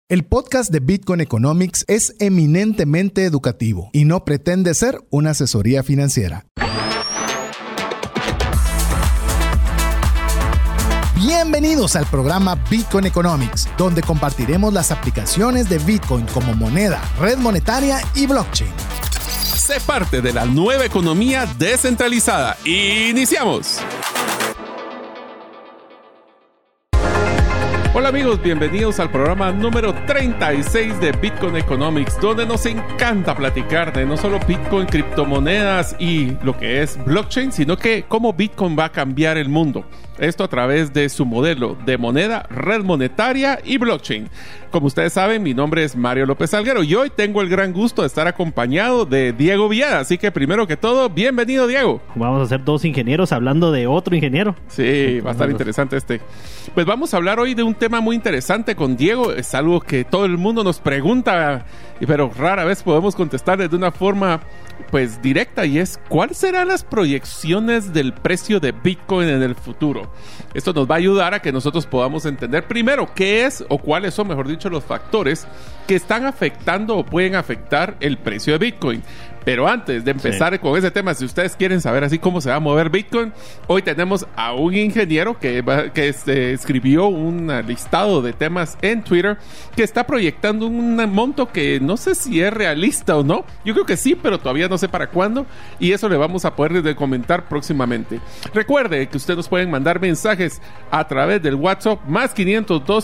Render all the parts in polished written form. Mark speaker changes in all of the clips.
Speaker 1: El podcast de Bitcoin Economics es eminentemente educativo y no pretende ser una asesoría financiera. Bienvenidos al programa Bitcoin Economics, donde compartiremos las aplicaciones de Bitcoin como moneda, red monetaria y blockchain.
Speaker 2: Sé parte de la nueva economía descentralizada. ¡Iniciamos! Hola amigos, bienvenidos al programa número 36 de Bitcoin Economics, donde nos encanta platicar de no solo Bitcoin, criptomonedas y lo que es blockchain, sino que cómo Bitcoin va a cambiar el mundo. Esto a través de su modelo de moneda, red monetaria y blockchain. Como ustedes saben, mi nombre es Mario López Salguero y hoy tengo el gran gusto de estar acompañado de Diego Villada. Así que primero que todo, bienvenido Diego.
Speaker 3: Vamos a ser dos ingenieros hablando de otro ingeniero.
Speaker 2: Sí, va a estar interesante este. Pues vamos a hablar hoy de un tema muy interesante con Diego. Es algo que todo el mundo nos pregunta, pero rara vez podemos contestarle de una forma pues directa, y es ¿cuáles serán las proyecciones del precio de Bitcoin en el futuro? Esto nos va a ayudar a que nosotros podamos entender primero qué es o cuáles son, mejor dicho, los factores que están afectando o pueden afectar el precio de Bitcoin. Pero antes de empezar con ese tema, si ustedes quieren saber así cómo se va a mover Bitcoin, hoy tenemos a un ingeniero que escribió un listado de temas en Twitter que está proyectando un monto que no sé si es realista o no. Yo creo que sí, pero todavía no sé para cuándo, y eso le vamos a poder comentar próximamente. Recuerde que ustedes nos pueden mandar mensajes a través del WhatsApp más 502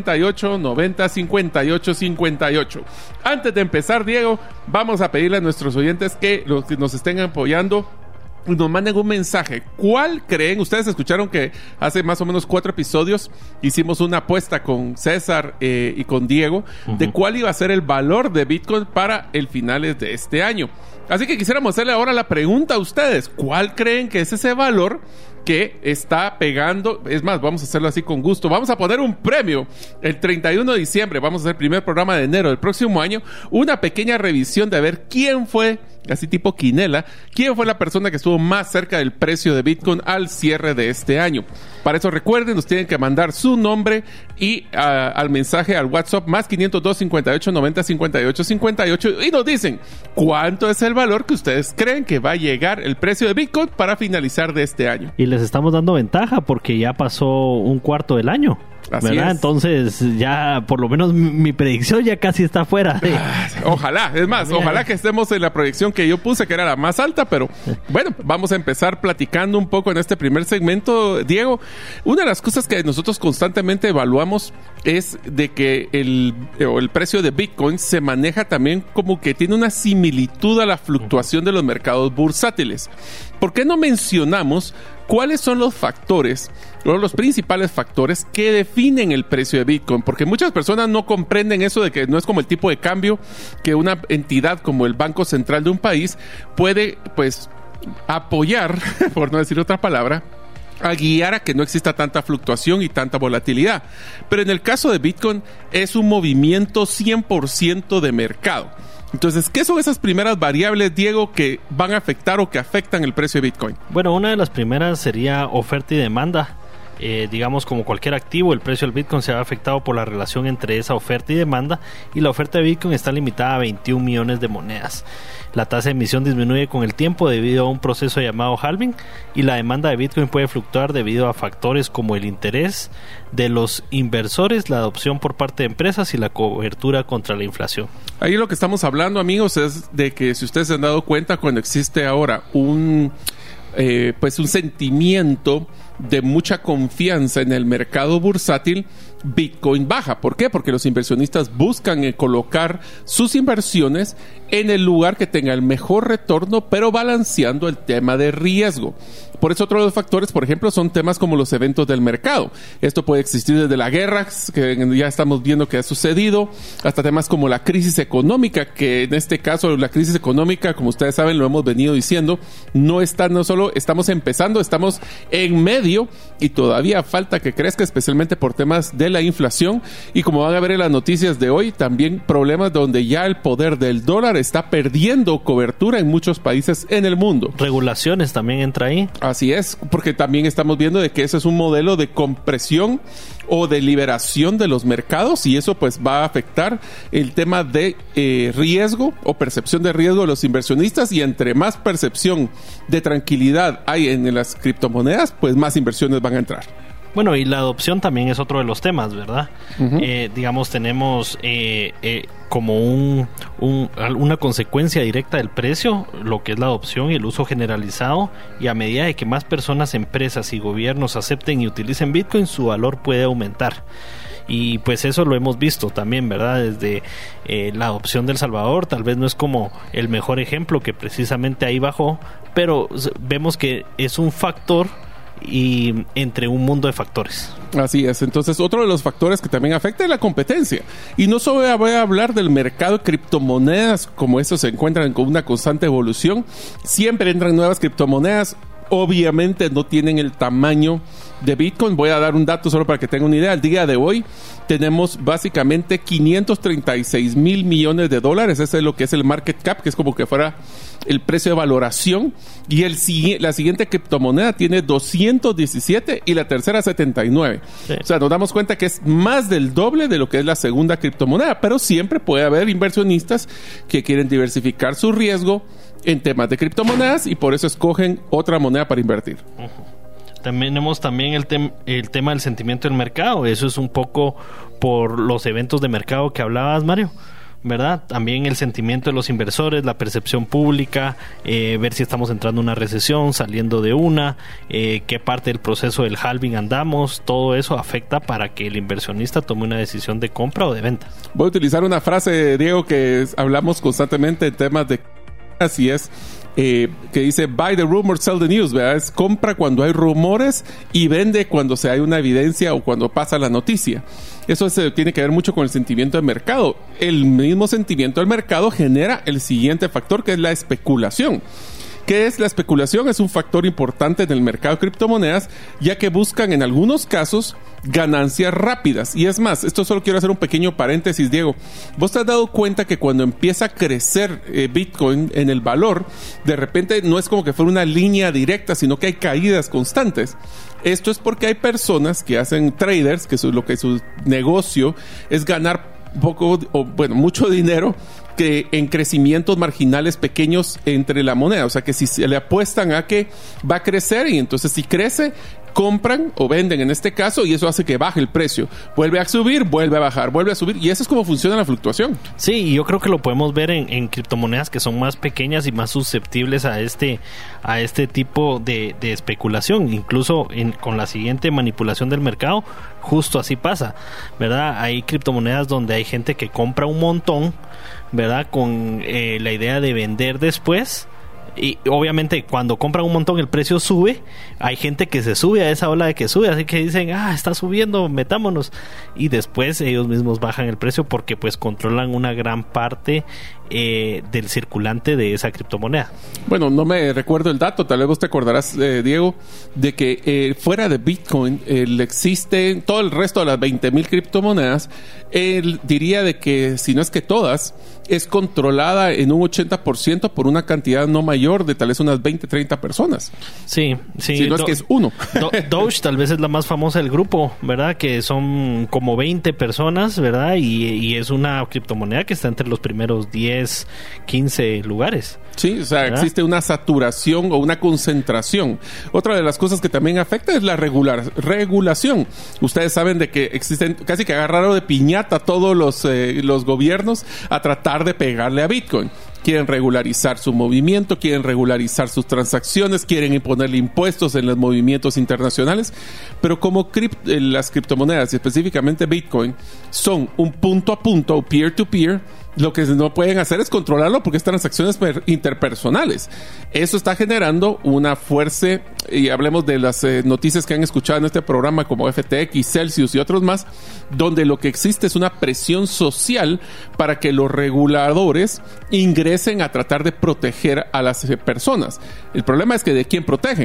Speaker 2: 58 90 58 58. Antes de empezar, Diego, vamos a pedirle a nuestros oyentes que los que nos estén apoyando nos manden un mensaje. ¿Cuál creen? Ustedes escucharon que hace más o menos 4 episodios hicimos una apuesta con César y con Diego de cuál iba a ser el valor de Bitcoin para el finales de este año. Así que quisiéramos hacerle ahora la pregunta a ustedes. ¿Cuál creen que es ese valor que está pegando? Es más, vamos a hacerlo así con gusto. Vamos a poner un premio el 31 de diciembre. Vamos a hacer el primer programa de enero del próximo año. Una pequeña revisión de ver quién fue, así tipo quinela, quién fue la persona que estuvo más cerca del precio de Bitcoin al cierre de este año. Para eso recuerden, nos tienen que mandar su nombre y al mensaje al WhatsApp más 502 58 90 58 58 y nos dicen cuánto es el valor que ustedes creen que va a llegar el precio de Bitcoin para finalizar de este año.
Speaker 3: Y les estamos dando ventaja porque ya pasó un cuarto del año. Así ¿verdad? Es. Entonces ya por lo menos mi predicción ya casi está fuera.
Speaker 2: Ojalá, es más, ojalá que estemos en la proyección que yo puse, que era la más alta, pero bueno, vamos a empezar platicando un poco en este primer segmento. Diego, una de las cosas que nosotros constantemente evaluamos es de que el precio de Bitcoin se maneja también como que tiene una similitud a la fluctuación de los mercados bursátiles. ¿Por qué no mencionamos cuáles son los factores, o los principales factores que definen el precio de Bitcoin? Porque muchas personas no comprenden eso de que no es como el tipo de cambio que una entidad como el Banco Central de un país puede, pues, apoyar, por no decir otra palabra, a guiar a que no exista tanta fluctuación y tanta volatilidad. Pero en el caso de Bitcoin es un movimiento 100% de mercado. Entonces, ¿qué son esas primeras variables, Diego, que van a afectar o que afectan el precio de Bitcoin?
Speaker 3: Bueno, una de las primeras sería oferta y demanda. Digamos, como cualquier activo, el precio del Bitcoin se ve afectado por la relación entre esa oferta y demanda, y la oferta de Bitcoin está limitada a 21 millones de monedas. La tasa de emisión disminuye con el tiempo debido a un proceso llamado halving, y la demanda de Bitcoin puede fluctuar debido a factores como el interés de los inversores, la adopción por parte de empresas y la cobertura contra la inflación.
Speaker 2: Ahí lo que estamos hablando, amigos, es de que si ustedes se han dado cuenta, cuando existe ahora un sentimiento de mucha confianza en el mercado bursátil, Bitcoin baja. ¿Por qué? Porque los inversionistas buscan colocar sus inversiones en el lugar que tenga el mejor retorno, pero balanceando el tema de riesgo. Por eso otro de los factores, por ejemplo, son temas como los eventos del mercado. Esto puede existir desde la guerra, que ya estamos viendo que ha sucedido, hasta temas como la crisis económica, que en este caso la crisis económica, como ustedes saben, lo hemos venido diciendo, no solo estamos empezando, estamos en medio y todavía falta que crezca, especialmente por temas de de la inflación y, como van a ver en las noticias de hoy, también problemas donde ya el poder del dólar está perdiendo cobertura en muchos países en el mundo.
Speaker 3: Regulaciones también entra ahí.
Speaker 2: Así es, porque también estamos viendo de que ese es un modelo de compresión o de liberación de los mercados, y eso pues va a afectar el tema de riesgo o percepción de riesgo de los inversionistas, y entre más percepción de tranquilidad hay en las criptomonedas, pues más inversiones van a entrar.
Speaker 3: Bueno, y la adopción también es otro de los temas, ¿verdad? Uh-huh. Digamos, tenemos como una consecuencia directa del precio, lo que es la adopción y el uso generalizado, y a medida de que más personas, empresas y gobiernos acepten y utilicen Bitcoin, su valor puede aumentar. Y pues eso lo hemos visto también, ¿verdad? Desde la adopción de El Salvador, tal vez no es como el mejor ejemplo, que precisamente ahí bajó, pero vemos que es un factor y entre un mundo de factores.
Speaker 2: Así es. Entonces, otro de los factores que también afecta es la competencia. Y no solo voy a hablar del mercado de criptomonedas, como estos se encuentran con una constante evolución. Siempre entran nuevas criptomonedas. Obviamente no tienen el tamaño de Bitcoin. Voy a dar un dato solo para que tengan una idea. Al día de hoy tenemos básicamente 536 mil millones de dólares. Ese es lo que es el market cap, que es como que fuera el precio de valoración. Y la siguiente criptomoneda tiene 217 y la tercera 79. Sí. O sea, nos damos cuenta que es más del doble de lo que es la segunda criptomoneda. Pero siempre puede haber inversionistas que quieren diversificar su riesgo en temas de criptomonedas y por eso escogen otra moneda para invertir.
Speaker 3: Uh-huh. Tenemos también el tema del sentimiento del mercado. Eso es un poco por los eventos de mercado que hablabas, Mario, ¿verdad? También el sentimiento de los inversores, la percepción pública, ver si estamos entrando en una recesión, saliendo de una, qué parte del proceso del halving andamos. Todo eso afecta para que el inversionista tome una decisión de compra o de venta.
Speaker 2: Voy a utilizar una frase, Diego, que hablamos constantemente en temas de así es, que dice buy the rumor, sell the news, ¿verdad? Es compra cuando hay rumores y vende cuando se hay una evidencia o cuando pasa la noticia. Eso tiene que ver mucho con el sentimiento del mercado. El mismo sentimiento del mercado genera el siguiente factor, que es la especulación. ¿Qué es la especulación? Es un factor importante en el mercado de criptomonedas, ya que buscan en algunos casos ganancias rápidas. Y es más, esto solo quiero hacer un pequeño paréntesis, Diego. ¿Vos te has dado cuenta que cuando empieza a crecer Bitcoin en el valor, de repente no es como que fuera una línea directa, sino que hay caídas constantes? Esto es porque hay personas que hacen traders, que lo que su negocio es ganar mucho dinero que en crecimientos marginales pequeños entre la moneda. O sea que si se le apuestan a que va a crecer, y entonces si crece, compran o venden en este caso, y eso hace que baje el precio. Vuelve a subir, vuelve a bajar, vuelve a subir, y eso es como funciona la fluctuación.
Speaker 3: Sí, y yo creo que lo podemos ver en criptomonedas que son más pequeñas y más susceptibles a este tipo de especulación. Incluso con la siguiente manipulación del mercado, justo así pasa, ¿verdad? Hay criptomonedas donde hay gente que compra un montón, ¿verdad? Con la idea de vender después. Y obviamente cuando compran un montón el precio sube. Hay gente que se sube a esa ola de que sube, así que dicen, está subiendo, metámonos, y después ellos mismos bajan el precio porque pues controlan una gran parte del circulante de esa criptomoneda.
Speaker 2: Bueno, no me recuerdo el dato, tal vez vos te acordarás, Diego, de que fuera de Bitcoin existe todo el resto de las 20,000 criptomonedas. Él diría de que, si no es que todas, es controlada en un 80% por una cantidad no mayor de tal vez unas 20, 30 personas.
Speaker 3: Sí.
Speaker 2: Si no es que es uno.
Speaker 3: Doge tal vez es la más famosa del grupo, ¿verdad? Que son como 20 personas, ¿verdad? Y es una criptomoneda que está entre los primeros 10, 15 lugares.
Speaker 2: Sí, o sea, ¿verdad? Existe una saturación o una concentración. Otra de las cosas que también afecta es la regulación. Ustedes saben de que existen, casi que agarraron de piñata todos los gobiernos a tratar de pegarle a Bitcoin. Quieren regularizar su movimiento, quieren regularizar sus transacciones, quieren imponerle impuestos en los movimientos internacionales, pero como las criptomonedas, y específicamente Bitcoin, son un punto a punto o peer-to-peer, lo que no pueden hacer es controlarlo porque es transacciones interpersonales. Eso está generando una fuerza, y hablemos de las noticias que han escuchado en este programa como FTX, Celsius y otros más, donde lo que existe es una presión social para que los reguladores ingresen a tratar de proteger a las personas. El problema es que ¿de quién protegen?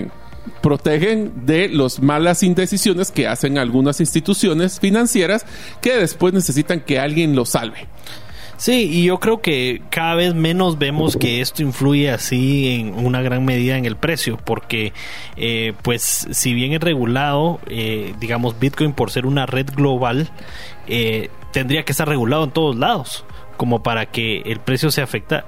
Speaker 2: protegen de las malas indecisiones que hacen algunas instituciones financieras que después necesitan que alguien los salve.
Speaker 3: Sí, y yo creo que cada vez menos vemos que esto influye así en una gran medida en el precio, porque pues si bien es regulado, digamos Bitcoin por ser una red global, tendría que estar regulado en todos lados, como para que el precio sea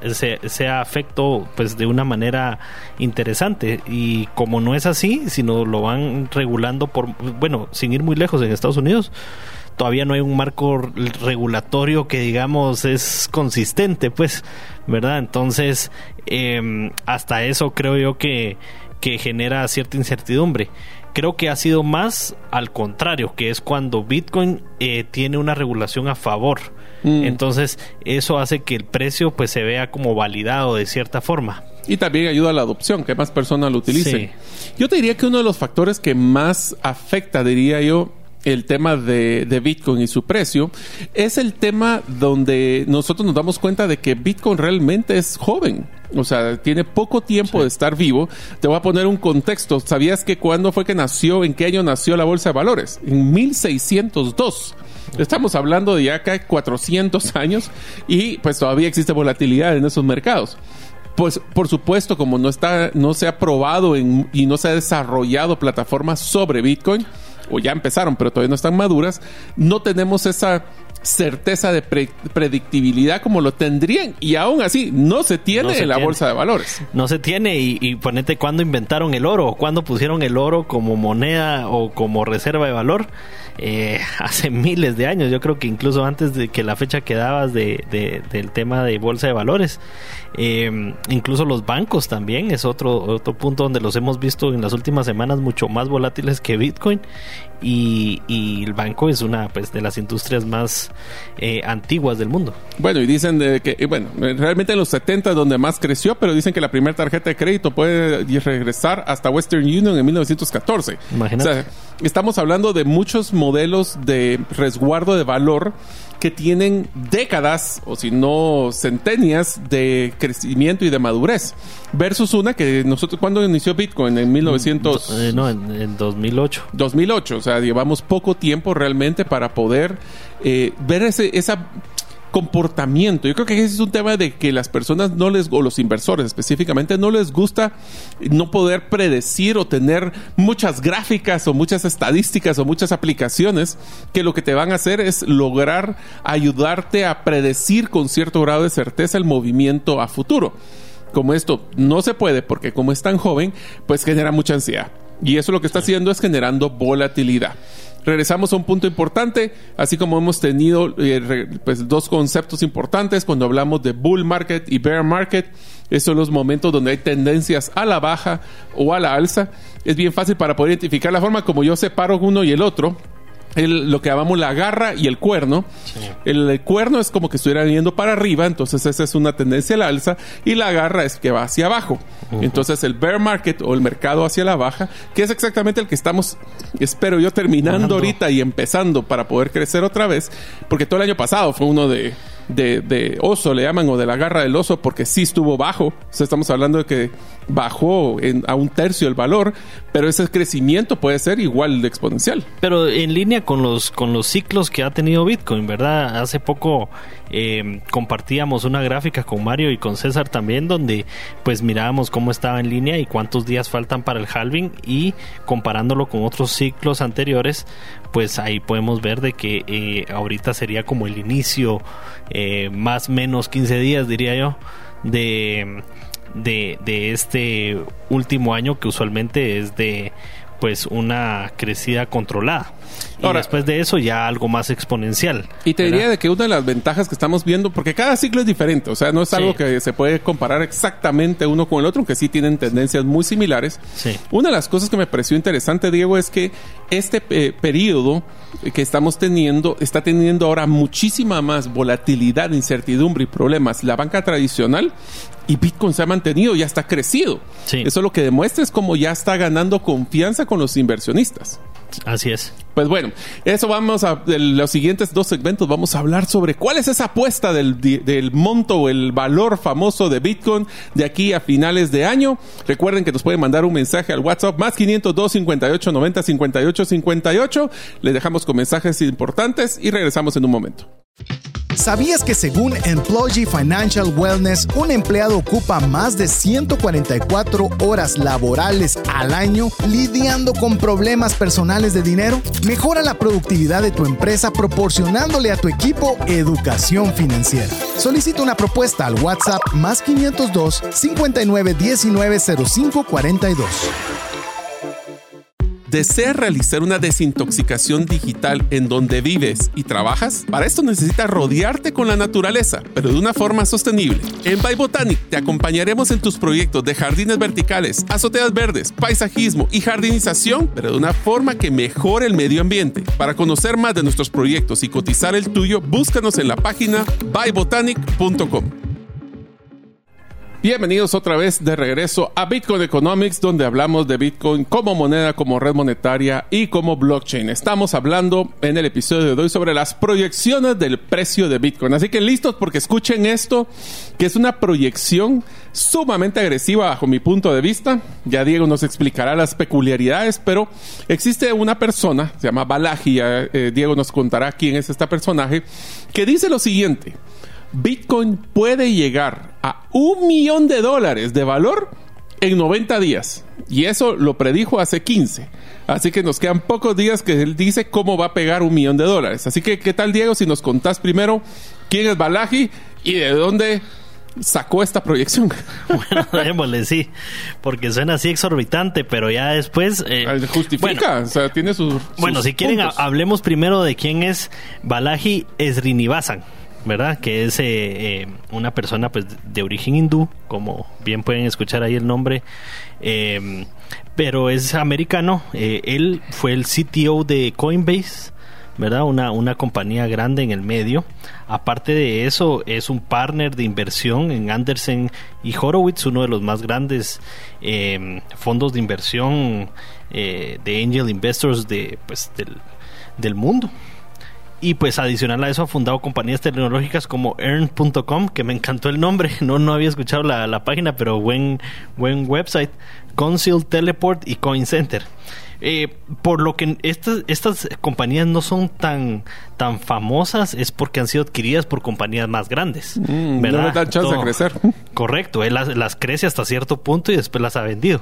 Speaker 3: afecto pues de una manera interesante. Y como no es así, sino lo van regulando sin ir muy lejos en Estados Unidos, todavía no hay un marco regulatorio que digamos es consistente, pues, ¿verdad? Entonces, hasta eso creo yo que genera cierta incertidumbre. Creo que ha sido más al contrario, que es cuando Bitcoin tiene una regulación a favor. Entonces, eso hace que el precio pues se vea como validado de cierta forma.
Speaker 2: Y también ayuda a la adopción, que más personas lo utilicen.
Speaker 3: Sí.
Speaker 2: Yo te diría que uno de los factores que más afecta, diría yo, el tema de Bitcoin y su precio, es el tema donde nosotros nos damos cuenta de que Bitcoin realmente es joven. O sea, tiene poco tiempo de estar vivo. Te voy a poner un contexto. ¿Sabías que cuándo fue que nació, en qué año nació la Bolsa de Valores? En 1602. Estamos hablando de ya acá 400 años y pues todavía existe volatilidad en esos mercados. Pues por supuesto, como no se ha probado y no se ha desarrollado plataformas sobre Bitcoin, o ya empezaron, pero todavía no están maduras, no tenemos esa certeza de predictibilidad como lo tendrían, y aún así no se tiene en la bolsa de valores.
Speaker 3: No se tiene, y ponete cuándo inventaron el oro, cuándo pusieron el oro como moneda o como reserva de valor. Hace miles de años, yo creo que incluso antes de que la fecha que dabas del tema de bolsa de valores. Incluso los bancos también es otro punto donde los hemos visto en las últimas semanas mucho más volátiles que Bitcoin, y el banco es una pues de las industrias más antiguas del mundo. Bueno, y dicen
Speaker 2: realmente en los 70 es donde más creció, pero dicen que la primera tarjeta de crédito puede regresar hasta Western Union en 1914.
Speaker 3: Imagínate.
Speaker 2: O sea, estamos hablando de muchos modelos de resguardo de valor que tienen décadas, o si no centenias, de crecimiento y de madurez, versus una que nosotros, ¿cuándo inició Bitcoin? En 1900...
Speaker 3: en 2008.
Speaker 2: 2008, o sea, llevamos poco tiempo realmente para poder ver esa comportamiento. Yo creo que ese es un tema de que las personas o los inversores específicamente, no les gusta no poder predecir o tener muchas gráficas o muchas estadísticas o muchas aplicaciones que lo que te van a hacer es lograr ayudarte a predecir con cierto grado de certeza el movimiento a futuro. Como esto no se puede porque como es tan joven, pues genera mucha ansiedad. Y eso lo que está haciendo es generando volatilidad. Regresamos a un punto importante, así como hemos tenido dos conceptos importantes cuando hablamos de bull market y bear market. Esos son los momentos donde hay tendencias a la baja o a la alza. Es bien fácil para poder identificar la forma como yo separo uno y el otro. Lo que llamamos la garra y el cuerno. Sí. El cuerno es como que estuviera yendo para arriba, entonces esa es una tendencia al alza, y la garra es que va hacia abajo. Entonces el bear market o el mercado hacia la baja, que es exactamente el que estamos, espero yo, terminando ahorita y empezando para poder crecer otra vez, porque todo el año pasado fue uno de oso, le llaman, o de la garra del oso, porque sí estuvo bajo. O sea, estamos hablando de que bajó a un tercio el valor, pero ese crecimiento puede ser igual de exponencial.
Speaker 3: Pero en línea con los ciclos que ha tenido Bitcoin, ¿verdad? Hace poco compartíamos una gráfica con Mario y con César también, donde pues mirábamos cómo estaba en línea y cuántos días faltan para el halving, y comparándolo con otros ciclos anteriores, pues ahí podemos ver de que ahorita sería como el inicio, más o menos 15 días diría yo, de este último año, que usualmente es de pues una crecida controlada. Y ahora, después de eso ya algo más exponencial.
Speaker 2: Y te diría de que una de las ventajas que estamos viendo, porque cada ciclo es diferente, o sea, no es algo que se puede comparar exactamente uno con el otro, aunque sí tienen tendencias muy similares.
Speaker 3: Sí.
Speaker 2: Una de las cosas que me pareció interesante, Diego, es que este periodo que estamos teniendo está teniendo ahora muchísima más volatilidad, incertidumbre y problemas. La banca tradicional, y Bitcoin se ha mantenido, ya está crecido.
Speaker 3: Sí.
Speaker 2: Eso lo que demuestra es cómo ya está ganando confianza con los inversionistas.
Speaker 3: Así es.
Speaker 2: Pues bueno, eso vamos a... En los siguientes 2 segmentos vamos a hablar sobre cuál es esa apuesta del monto o el valor famoso de Bitcoin de aquí a finales de año. Recuerden que nos pueden mandar un mensaje al WhatsApp más 502 58 90 58 58. Les dejamos con mensajes importantes y regresamos en un momento.
Speaker 1: ¿Sabías que según Employee Financial Wellness, un empleado ocupa más de 144 horas laborales al año lidiando con problemas personales de dinero? Mejora la productividad de tu empresa proporcionándole a tu equipo educación financiera. Solicita una propuesta al WhatsApp más 502 59 19 05 42.
Speaker 2: ¿Deseas realizar una desintoxicación digital en donde vives y trabajas? Para esto necesitas rodearte con la naturaleza, pero de una forma sostenible. En By Botanic te acompañaremos en tus proyectos de jardines verticales, azoteas verdes, paisajismo y jardinización, pero de una forma que mejore el medio ambiente. Para conocer más de nuestros proyectos y cotizar el tuyo, búscanos en la página bybotanic.com. Bienvenidos otra vez de regreso a Bitcoin Economics, donde hablamos de Bitcoin como moneda, como red monetaria y como blockchain. Estamos hablando en el episodio de hoy sobre las proyecciones del precio de Bitcoin. Así que listos porque escuchen esto, que es una proyección sumamente agresiva bajo mi punto de vista. Ya Diego nos explicará las peculiaridades, pero existe una persona, se llama Balaji, Diego nos contará quién es este personaje, que dice lo siguiente: Bitcoin puede llegar a $1 millón de valor en 90 días. Y eso lo predijo hace 15. Así que nos quedan pocos días que él dice cómo va a pegar $1 millón. Así que, ¿qué tal, Diego? Si nos contás primero quién es Balaji y de dónde sacó esta proyección.
Speaker 3: Bueno, démosle, sí, porque suena así exorbitante, pero ya después...
Speaker 2: justifica, bueno, o sea, tiene sus
Speaker 3: Bueno, si quieren, hablemos primero de quién es Balaji Srinivasan, ¿verdad? Que es una persona pues de origen hindú, como bien pueden escuchar ahí el nombre, pero es americano. Él fue el CTO de Coinbase, ¿verdad? Una compañía grande en el medio. Aparte de eso, es un partner de inversión en Andreessen y Horowitz, uno de los más grandes fondos de inversión de angel investors del mundo. Y pues adicional a eso ha fundado compañías tecnológicas como Earn.com, que me encantó el nombre, no había escuchado la página, pero buen website, Conceal Teleport y CoinCenter. Por lo que estas compañías no son tan famosas es porque han sido adquiridas por compañías más grandes, ¿verdad?
Speaker 2: No les dan chance de crecer.
Speaker 3: Correcto, él las crece hasta cierto punto y después las ha vendido.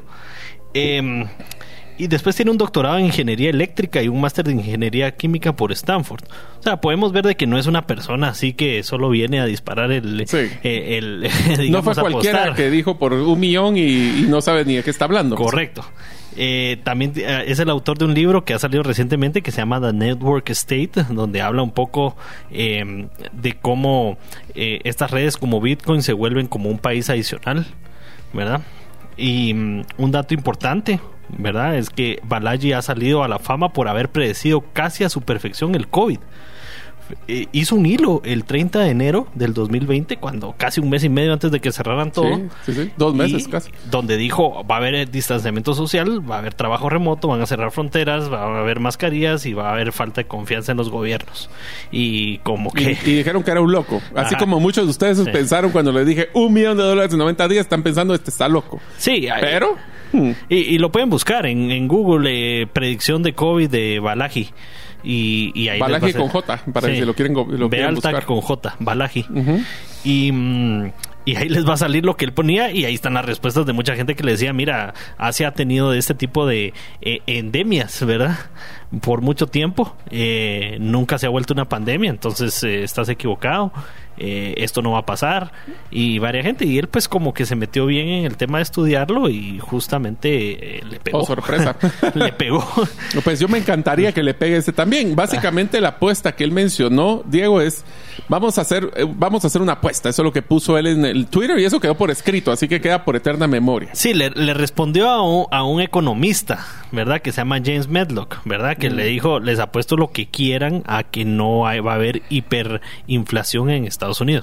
Speaker 3: Y después tiene un doctorado en ingeniería eléctrica y un máster de ingeniería química por Stanford. O sea, podemos ver de que no es una persona así que solo viene a disparar digamos,
Speaker 2: no fue cualquiera
Speaker 3: apostar.
Speaker 2: Que dijo por $1 millón y no sabe ni de qué está hablando.
Speaker 3: Correcto. También es el autor de un libro que ha salido recientemente que se llama The Network State, donde habla un poco de cómo estas redes como Bitcoin se vuelven como un país adicional, ¿verdad? Y un dato importante, ¿verdad?, es que Balaji ha salido a la fama por haber predecido casi a su perfección el COVID. Hizo un hilo el 30 de enero del 2020, cuando casi un mes y medio antes de que cerraran todo.
Speaker 2: Sí. 2 meses casi.
Speaker 3: Donde dijo, va a haber distanciamiento social, va a haber trabajo remoto, van a cerrar fronteras, va a haber mascarillas y va a haber falta de confianza en los gobiernos. Y como que...
Speaker 2: Y dijeron que era un loco. Así como muchos de ustedes pensaron cuando les dije $1 millón en 90 días, están pensando, está loco.
Speaker 3: Sí.
Speaker 2: Pero...
Speaker 3: Y lo pueden buscar en Google, predicción de COVID de Balaji. Y ahí
Speaker 2: Balaji con J, para que si lo quieren buscar.
Speaker 3: Con J, Balaji. Y ahí les va a salir lo que él ponía, y ahí están las respuestas de mucha gente que le decía, mira, Asia ha tenido este tipo de endemias, ¿verdad?, por mucho tiempo. Nunca se ha vuelto una pandemia, entonces estás equivocado. Esto no va a pasar. Y varias gente, y él pues como que se metió bien en el tema de estudiarlo y justamente le pegó.
Speaker 2: Oh, sorpresa.
Speaker 3: Le pegó.
Speaker 2: Pues yo me encantaría que le pegue ese también. Básicamente la apuesta que él mencionó, Diego, es vamos a hacer una apuesta. Eso es lo que puso él en el Twitter y eso quedó por escrito, así que queda por eterna memoria.
Speaker 3: Sí, le respondió a un economista, ¿verdad?, que se llama James Medlock, ¿verdad?, que le dijo, les apuesto lo que quieran a que no va a haber hiperinflación en Estados Unidos.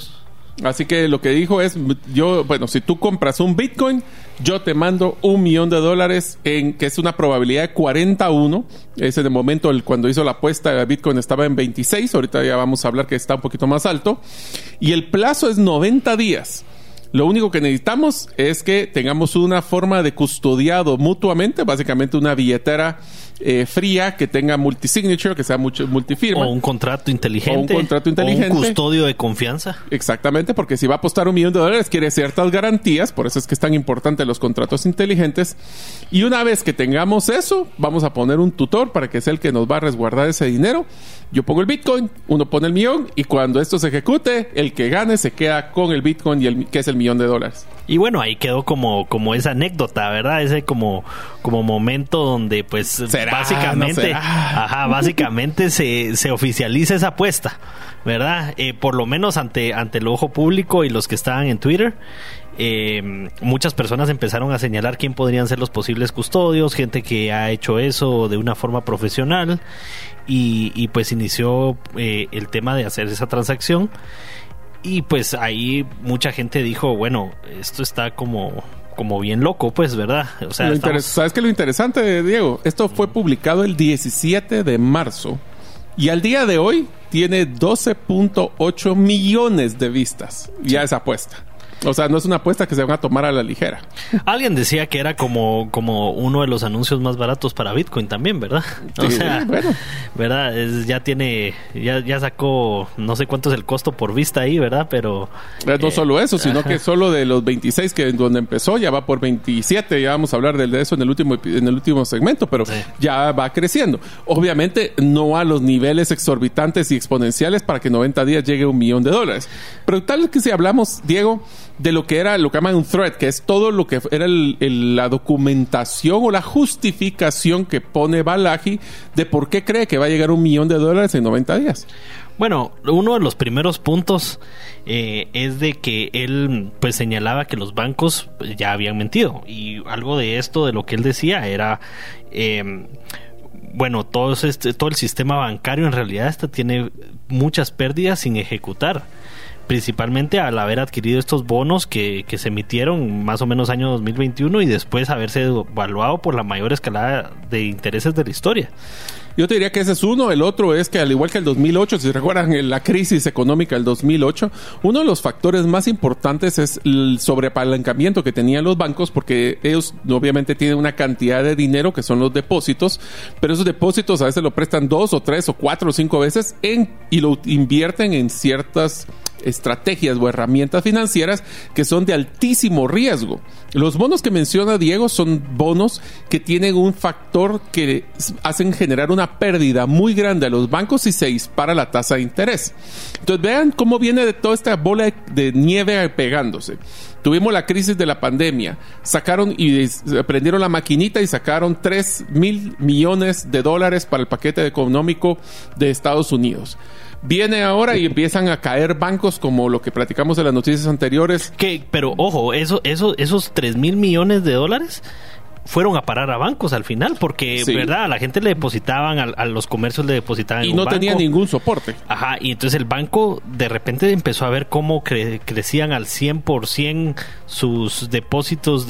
Speaker 2: Así que lo que dijo es, si tú compras un Bitcoin, yo te mando $1 millón que es una probabilidad de 41. Es en el momento cuando hizo la apuesta, el Bitcoin estaba en 26. Ahorita ya vamos a hablar que está un poquito más alto. Y el plazo es 90 días. Lo único que necesitamos es que tengamos una forma de custodiado mutuamente, básicamente una billetera fría que tenga multisignature, que sea multifirma.
Speaker 3: O un contrato inteligente.
Speaker 2: O un
Speaker 3: custodio de confianza.
Speaker 2: Exactamente, porque si va a apostar $1 millón, quiere ciertas garantías, por eso es que es tan importante los contratos inteligentes. Y una vez que tengamos eso, vamos a poner un tutor para que sea el que nos va a resguardar ese dinero. Yo pongo el Bitcoin, uno pone el millón, y cuando esto se ejecute, el que gane se queda con el Bitcoin que es el $1 millón.
Speaker 3: Y bueno, ahí quedó como esa anécdota, ¿verdad? Ese como momento donde pues básicamente se oficializa esa apuesta, ¿verdad? Por lo menos ante el ojo público y los que estaban en Twitter. Muchas personas empezaron a señalar quién podrían ser los posibles custodios, gente que ha hecho eso de una forma profesional, y pues inició el tema de hacer esa transacción. Y pues ahí mucha gente dijo, bueno, esto está como bien loco, pues, ¿verdad? O sea,
Speaker 2: ¿sabes qué? Lo interesante, Diego, esto fue publicado el 17 de marzo y al día de hoy tiene 12.8 millones de vistas ya esa apuesta. O sea, no es una apuesta que se van a tomar a la ligera.
Speaker 3: Alguien decía que era como uno de los anuncios más baratos para Bitcoin también, ¿verdad? O sea, bueno, ¿verdad? Ya sacó, no sé cuánto es el costo por vista ahí, ¿verdad? Pero
Speaker 2: no solo eso, sino que solo de los 26 que donde empezó ya va por 27. Ya vamos a hablar de eso en el último segmento, pero sí, ya va creciendo. Obviamente no a los niveles exorbitantes y exponenciales para que en 90 días llegue $1 millón. Pero tal vez que si hablamos, Diego, de lo que llaman un thread, que es todo lo que era la documentación o la justificación que pone Balaji de por qué cree que va a llegar $1 millón en 90 días.
Speaker 3: Bueno, uno de los primeros puntos es de que él pues señalaba que los bancos ya habían mentido, y algo de esto, de lo que él decía, era bueno, todo el sistema bancario en realidad tiene muchas pérdidas sin ejecutar, principalmente al haber adquirido estos bonos que se emitieron más o menos año 2021 y después haberse evaluado por la mayor escalada de intereses de la historia.
Speaker 2: Yo te diría que ese es uno. El otro es que, al igual que el 2008, si recuerdan la crisis económica del 2008, uno de los factores más importantes es el sobreapalancamiento que tenían los bancos, porque ellos obviamente tienen una cantidad de dinero que son los depósitos, pero esos depósitos a veces lo prestan 2 o 3 o 4 o 5 veces y lo invierten en ciertas estrategias o herramientas financieras que son de altísimo riesgo. Los bonos que menciona Diego son bonos que tienen un factor que hacen generar una pérdida muy grande a los bancos si se dispara la tasa de interés. Entonces vean cómo viene de toda esta bola de nieve pegándose. Tuvimos la crisis de la pandemia, sacaron y prendieron la maquinita y sacaron $3,000 millones para el paquete económico de Estados Unidos. Viene ahora y empiezan a caer bancos como lo que platicamos en las noticias anteriores.
Speaker 3: Pero ojo, esos $3,000 millones fueron a parar a bancos al final, porque, sí, ¿verdad? A la gente le depositaban, a los comercios le depositaban
Speaker 2: y no tenía ningún soporte.
Speaker 3: Ajá, y entonces el banco de repente empezó a ver cómo crecían al 100% sus depósitos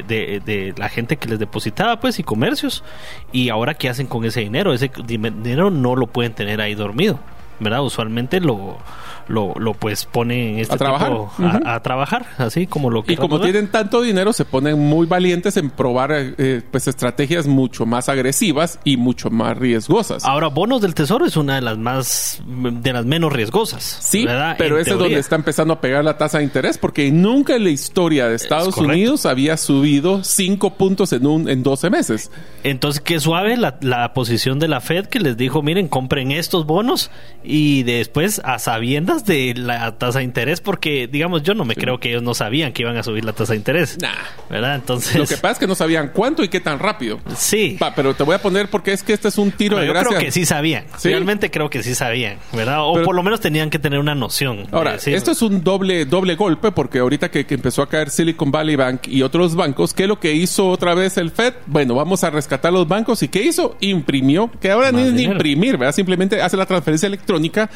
Speaker 3: de la gente que les depositaba, pues, y comercios. Y ahora, ¿qué hacen con ese dinero? Ese dinero no lo pueden tener ahí dormido, ¿verdad? Usualmente lo pues ponen en
Speaker 2: trabajar.
Speaker 3: A trabajar, así como lo que...
Speaker 2: Y como tienen tanto dinero, se ponen muy valientes en probar pues estrategias mucho más agresivas y mucho más riesgosas.
Speaker 3: Ahora, bonos del tesoro es una de las menos riesgosas.
Speaker 2: Sí,
Speaker 3: ¿verdad?
Speaker 2: Pero ese es donde está empezando a pegar la tasa de interés, porque nunca en la historia de Estados Unidos había subido 5 puntos en 12 meses.
Speaker 3: Entonces, qué suave la posición de la Fed, que les dijo, miren, compren estos bonos, y después a sabiendas de la tasa de interés, porque digamos, yo no me creo que ellos no sabían que iban a subir la tasa de interés, ¿verdad? Entonces,
Speaker 2: lo que pasa es que no sabían cuánto y qué tan rápido.
Speaker 3: Sí.
Speaker 2: Pero te voy a poner, porque es que este es un tiro de gracia.
Speaker 3: Yo creo que sí sabían. ¿Sí? Realmente creo que sí sabían, ¿verdad? O por lo menos tenían que tener una noción.
Speaker 2: Ahora, esto es un doble golpe, porque ahorita que empezó a caer Silicon Valley Bank y otros bancos, ¿qué es lo que hizo otra vez el Fed? Bueno, vamos a rescatar los bancos. ¿Y qué hizo? Imprimió, que ahora no es ni imprimir, ¿verdad? Simplemente hace la transferencia electrónica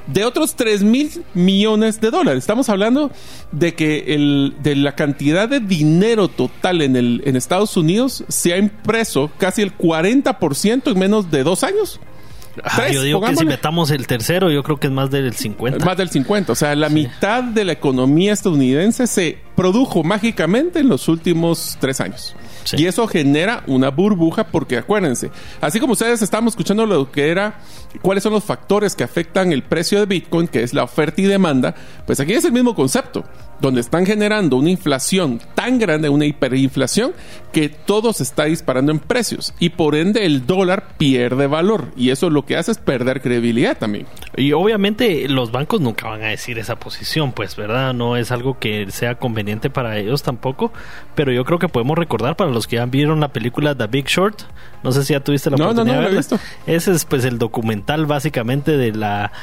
Speaker 2: de otros 3,000 millones de dólares. Estamos hablando de que de la cantidad de dinero total en Estados Unidos se ha impreso casi el 40% en menos de 2 años.
Speaker 3: Yo digo que si metamos el tercero, yo creo que es más del 50.
Speaker 2: Más del 50. O sea, la mitad de la economía estadounidense se produjo mágicamente en los últimos 3 años. Sí. Y eso genera una burbuja porque acuérdense, así como ustedes estábamos escuchando lo que era cuáles son los factores que afectan el precio de Bitcoin, que es la oferta y demanda, pues aquí es el mismo concepto, donde están generando una inflación tan grande, una hiperinflación, que todo se está disparando en precios y por ende el dólar pierde valor y eso lo que hace es perder credibilidad también.
Speaker 3: Y obviamente los bancos nunca van a decir esa posición, pues, ¿verdad? No es algo que sea conveniente para ellos tampoco, pero yo creo que podemos recordar para los que ya vieron la película The Big Short, no sé si ya tuviste la oportunidad de verla.
Speaker 2: Lo he visto.
Speaker 3: Ese es pues el documental básicamente de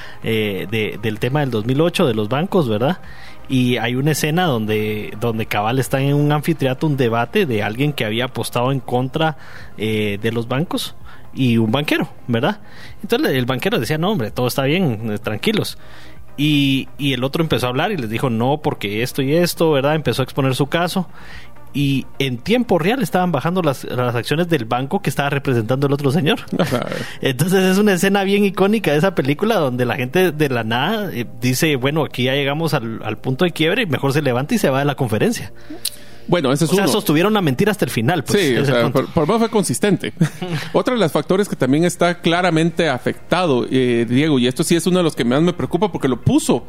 Speaker 3: del tema del 2008 de los bancos, ¿verdad? Y hay una escena donde cabal está en un anfiteatro, un debate de alguien que había apostado en contra de los bancos y un banquero, ¿verdad? Entonces el banquero decía, no hombre, todo está bien, tranquilos. Y el otro empezó a hablar y les dijo, no, porque esto y esto, ¿verdad? Empezó a exponer su caso. Y en tiempo real estaban bajando las acciones del banco que estaba representando el otro señor. Entonces es una escena bien icónica de esa película donde la gente de la nada dice, bueno, aquí ya llegamos al punto de quiebre y mejor se levanta y se va de la conferencia.
Speaker 2: Bueno, ese es uno.
Speaker 3: O sea, sostuvieron la mentira hasta el final. Pues,
Speaker 2: sí, o sea, por lo menos fue consistente. Otro de los factores que también está claramente afectado, Diego, y esto sí es uno de los que más me preocupa porque lo puso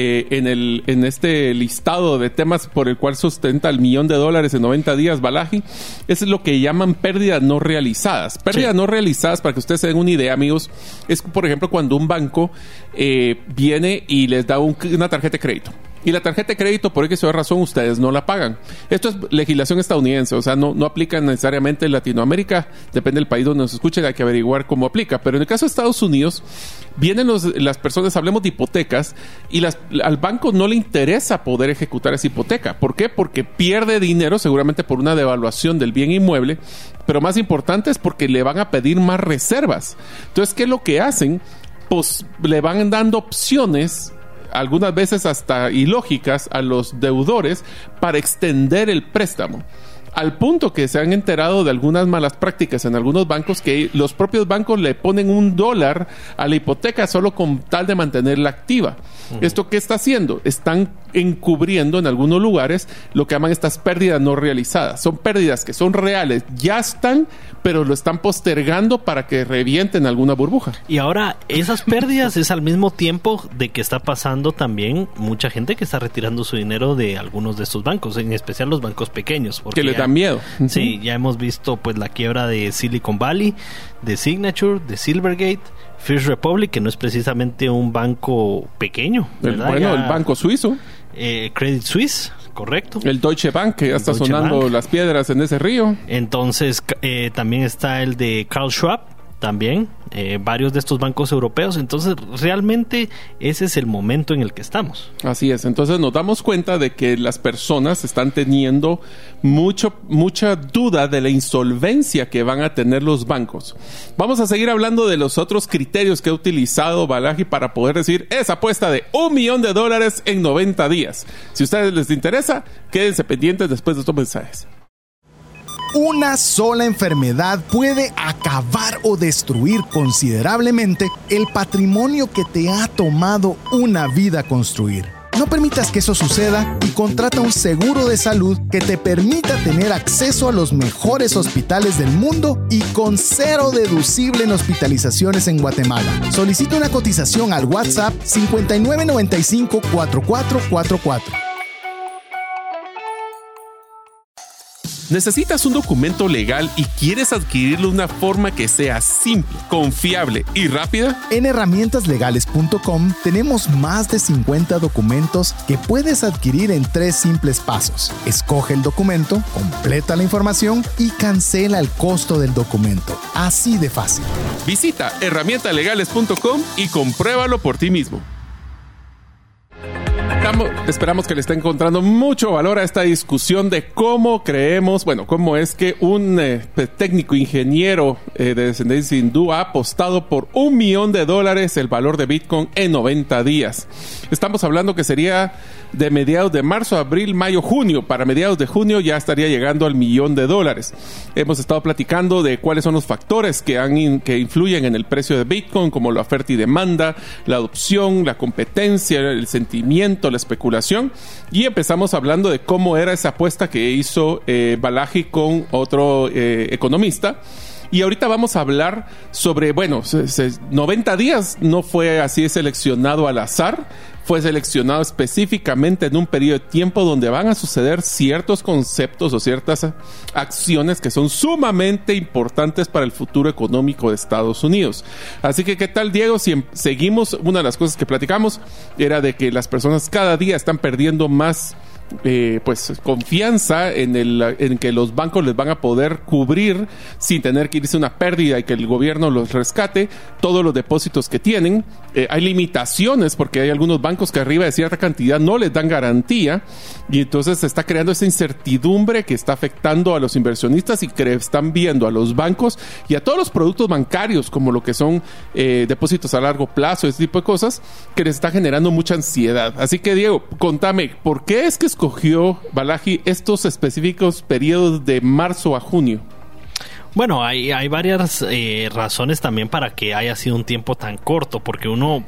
Speaker 2: en este listado de temas por el cual sustenta el $1,000,000 en 90 días, Balaji, es lo que llaman pérdidas no realizadas. Pérdidas no realizadas, para que ustedes se den una idea, amigos, es por ejemplo cuando un banco viene y les da una tarjeta de crédito. Y la tarjeta de crédito, por X o razón, ustedes no la pagan. Esto es legislación estadounidense, o sea, no aplica necesariamente en Latinoamérica. Depende del país donde nos escuchen, hay que averiguar cómo aplica. Pero en el caso de Estados Unidos, vienen las personas, hablemos de hipotecas, y al banco no le interesa poder ejecutar esa hipoteca. ¿Por qué? Porque pierde dinero, seguramente por una devaluación del bien inmueble, pero más importante es porque le van a pedir más reservas. Entonces, ¿qué es lo que hacen? Pues le van dando opciones, algunas veces hasta ilógicas, a los deudores para extender el préstamo. Al punto que se han enterado de algunas malas prácticas en algunos bancos, que los propios bancos le ponen $1 a la hipoteca solo con tal de mantenerla activa. ¿Esto qué está haciendo? Están encubriendo en algunos lugares lo que llaman estas pérdidas no realizadas. Son pérdidas que son reales, ya están, pero lo están postergando para que revienten alguna burbuja.
Speaker 3: Y ahora esas pérdidas es al mismo tiempo de que está pasando también mucha gente que está retirando su dinero de algunos de estos bancos, en especial los bancos pequeños.
Speaker 2: Que les da miedo.
Speaker 3: Sí, ya hemos visto pues la quiebra de Silicon Valley, de Signature, de Silvergate, First Republic, que no es precisamente un banco pequeño, ¿verdad?
Speaker 2: El banco suizo.
Speaker 3: Credit Suisse, correcto.
Speaker 2: El Deutsche Bank, que ya está sonando las piedras en ese río.
Speaker 3: Entonces, también está el de Carl Schwab, también, varios de estos bancos europeos. Entonces, realmente ese es el momento en el que estamos.
Speaker 2: Así es. Entonces nos damos cuenta de que las personas están teniendo mucha duda de la insolvencia que van a tener los bancos. Vamos a seguir hablando de los otros criterios que ha utilizado Balaji para poder decir esa apuesta de $1,000,000 en 90 días. Si a ustedes les interesa, quédense pendientes después de estos mensajes.
Speaker 1: Una sola enfermedad puede acabar o destruir considerablemente el patrimonio que te ha tomado una vida construir. No permitas que eso suceda y contrata un seguro de salud que te permita tener acceso a los mejores hospitales del mundo y con 0 deducible en hospitalizaciones en Guatemala. Solicita una cotización al WhatsApp 5995-4444.
Speaker 2: ¿Necesitas un documento legal y quieres adquirirlo de una forma que sea simple, confiable y rápida?
Speaker 1: En herramientaslegales.com tenemos más de 50 documentos que puedes adquirir en 3 simples pasos. Escoge el documento, completa la información y cancela el costo del documento. Así de fácil.
Speaker 2: Visita herramientaslegales.com y compruébalo por ti mismo. Esperamos que le esté encontrando mucho valor a esta discusión de cómo cómo es que un técnico ingeniero de descendencia hindú ha apostado por $1 millón el valor de Bitcoin en 90 días. Estamos hablando que sería de mediados de marzo, abril, mayo, junio. Para mediados de junio ya estaría llegando al $1 millón. Hemos estado platicando de cuáles son los factores que influyen en el precio de Bitcoin, como la oferta y demanda, la adopción, la competencia, el sentimiento, la especulación. Y empezamos hablando de cómo era esa apuesta que hizo Balaji con otro economista. Y ahorita vamos a hablar sobre, 90 días no fue así seleccionado al azar, fue seleccionado específicamente en un periodo de tiempo donde van a suceder ciertos conceptos o ciertas acciones que son sumamente importantes para el futuro económico de Estados Unidos. Así que, ¿qué tal, Diego? Si seguimos, una de las cosas que platicamos era de que las personas cada día están perdiendo más confianza en que los bancos les van a poder cubrir sin tener que irse una pérdida y que el gobierno los rescate todos los depósitos que tienen. Hay limitaciones porque hay algunos bancos que arriba de cierta cantidad no les dan garantía y entonces se está creando esa incertidumbre que está afectando a los inversionistas y que están viendo a los bancos y a todos los productos bancarios como lo que son depósitos a largo plazo, ese tipo de cosas que les está generando mucha ansiedad. Así que, Diego, contame, ¿por qué es que escogió Balaji estos específicos periodos de marzo a junio?
Speaker 3: Bueno, hay varias razones también para que haya sido un tiempo tan corto, porque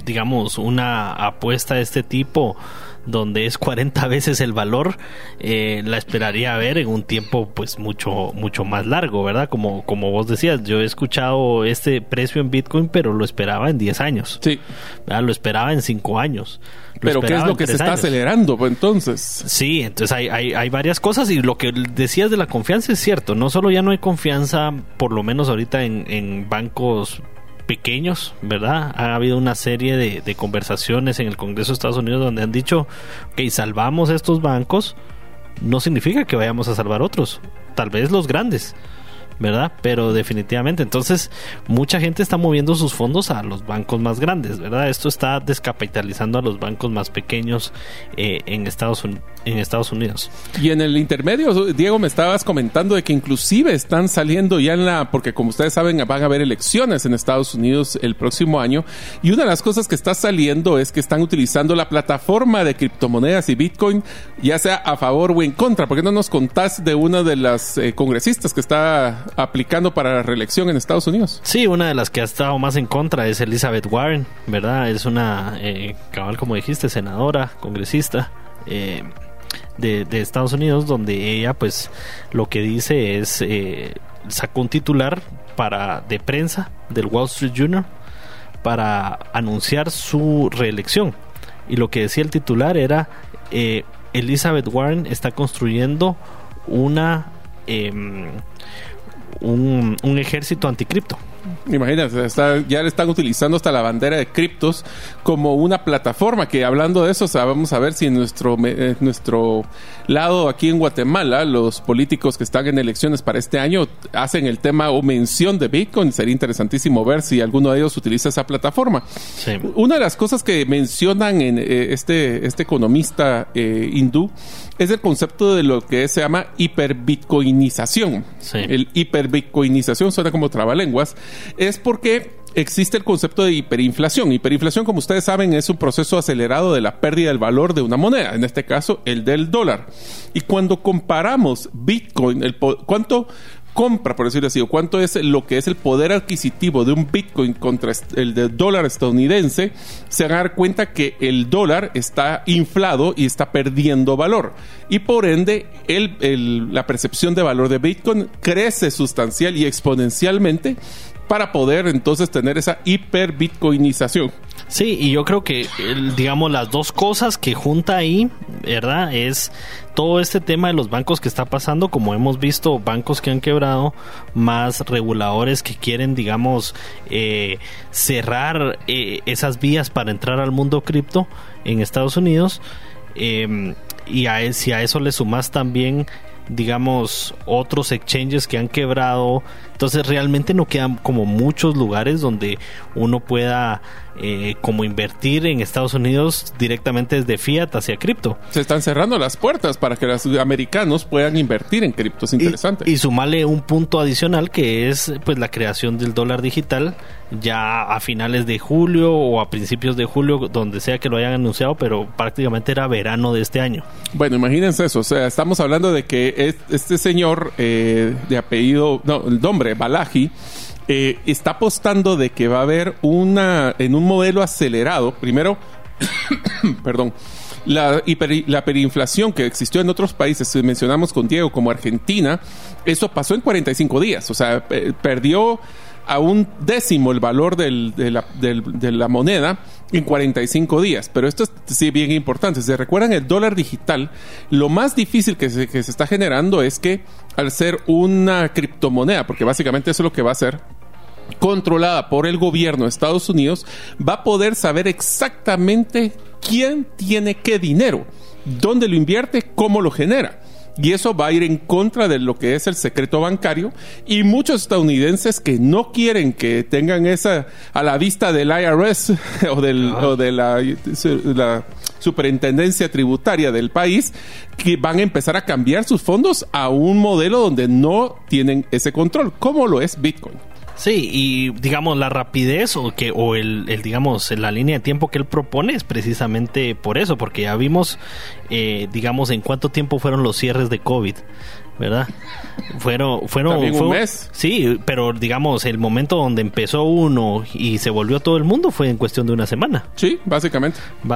Speaker 3: una apuesta de este tipo donde es 40 veces el valor, la esperaría ver en un tiempo pues mucho más largo, ¿verdad? Como vos decías, yo he escuchado este precio en Bitcoin, pero lo esperaba en 10 años. Sí. ¿Verdad? Lo esperaba en 5 años.
Speaker 2: Pero ¿qué es lo que se está acelerando entonces? Sí,
Speaker 3: entonces hay varias cosas y lo que decías de la confianza es cierto. No solo ya no hay confianza, por lo menos ahorita en bancos pequeños, ¿verdad? Ha habido una serie de conversaciones en el Congreso de Estados Unidos donde han dicho que salvamos estos bancos, no significa que vayamos a salvar otros, tal vez los grandes, ¿verdad? Pero definitivamente, entonces mucha gente está moviendo sus fondos a los bancos más grandes, ¿verdad? Esto está descapitalizando a los bancos más pequeños en Estados Unidos.
Speaker 2: Y en el intermedio, Diego, me estabas comentando de que inclusive están saliendo ya porque como ustedes saben, van a haber elecciones en Estados Unidos el próximo año, y una de las cosas que está saliendo es que están utilizando la plataforma de criptomonedas y Bitcoin, ya sea a favor o en contra. ¿Por qué no nos contás de una de las congresistas que está aplicando para la reelección en Estados Unidos?
Speaker 3: Sí, una de las que ha estado más en contra es Elizabeth Warren, ¿verdad? Es una, cabal, como dijiste, senadora, congresista de Estados Unidos, donde ella pues lo que dice es sacó un titular de prensa del Wall Street Journal para anunciar su reelección, y lo que decía el titular era Elizabeth Warren está construyendo un ejército anticripto.
Speaker 2: Imagínate, ya le están utilizando hasta la bandera de criptos como una plataforma, que hablando de eso, vamos a ver si en nuestro lado aquí en Guatemala los políticos que están en elecciones para este año hacen el tema o mención de Bitcoin. Sería interesantísimo ver si alguno de ellos utiliza esa plataforma. Sí. Una de las cosas que mencionan en este economista hindú es el concepto de lo que se llama hiperbitcoinización. Sí. El hiperbitcoinización suena como trabalenguas. Es porque existe el concepto de hiperinflación. Hiperinflación, como ustedes saben, es un proceso acelerado de la pérdida del valor de una moneda, en este caso el del dólar. Y cuando comparamos Bitcoin, cuánto compra, por decirlo así, o cuánto es lo que es el poder adquisitivo de un Bitcoin contra el del dólar estadounidense, se van a dar cuenta que el dólar está inflado y está perdiendo valor, y por ende la percepción de valor de Bitcoin crece sustancial y exponencialmente para poder entonces tener esa hiperbitcoinización.
Speaker 3: Sí, y yo creo que, digamos, las dos cosas que junta ahí, ¿verdad? Es todo este tema de los bancos que está pasando, como hemos visto, bancos que han quebrado, más reguladores que quieren, digamos, cerrar esas vías para entrar al mundo cripto en Estados Unidos. Y si a eso le sumas también digamos, otros exchanges que han quebrado. Entonces realmente no quedan como muchos lugares donde uno pueda como invertir en Estados Unidos directamente desde fiat hacia cripto.
Speaker 2: Se están cerrando las puertas para que los americanos puedan invertir en cripto. Es interesante.
Speaker 3: Y sumarle un punto adicional, que es pues la creación del dólar digital ya a finales de julio o a principios de julio, donde sea que lo hayan anunciado, pero prácticamente era verano de este año.
Speaker 2: Bueno, imagínense eso. O sea, estamos hablando de que este señor de apellido, no, el nombre, Balaji, está apostando de que va a haber en un modelo acelerado, primero, perdón, la hiperinflación que existió en otros países, mencionamos con Diego, como Argentina, eso pasó en 45 días, o sea, perdió a un décimo el valor de la moneda en 45 días. Pero esto es sí bien importante. Si se recuerdan el dólar digital, lo más difícil que se está generando es que al ser una criptomoneda, porque básicamente eso es lo que va a ser, controlada por el gobierno de Estados Unidos, va a poder saber exactamente quién tiene qué dinero, dónde lo invierte, cómo lo genera. Y eso va a ir en contra de lo que es el secreto bancario, y muchos estadounidenses que no quieren que tengan esa a la vista del IRS o de la superintendencia tributaria del país, que van a empezar a cambiar sus fondos a un modelo donde no tienen ese control, como lo es Bitcoin.
Speaker 3: Sí, y digamos la rapidez o digamos la línea de tiempo que él propone es precisamente por eso, porque ya vimos digamos en cuánto tiempo fueron los cierres de COVID, ¿verdad? Fueron
Speaker 2: un mes.
Speaker 3: Sí, pero digamos el momento donde empezó uno y se volvió todo el mundo fue en cuestión de una semana.
Speaker 2: Sí, básicamente.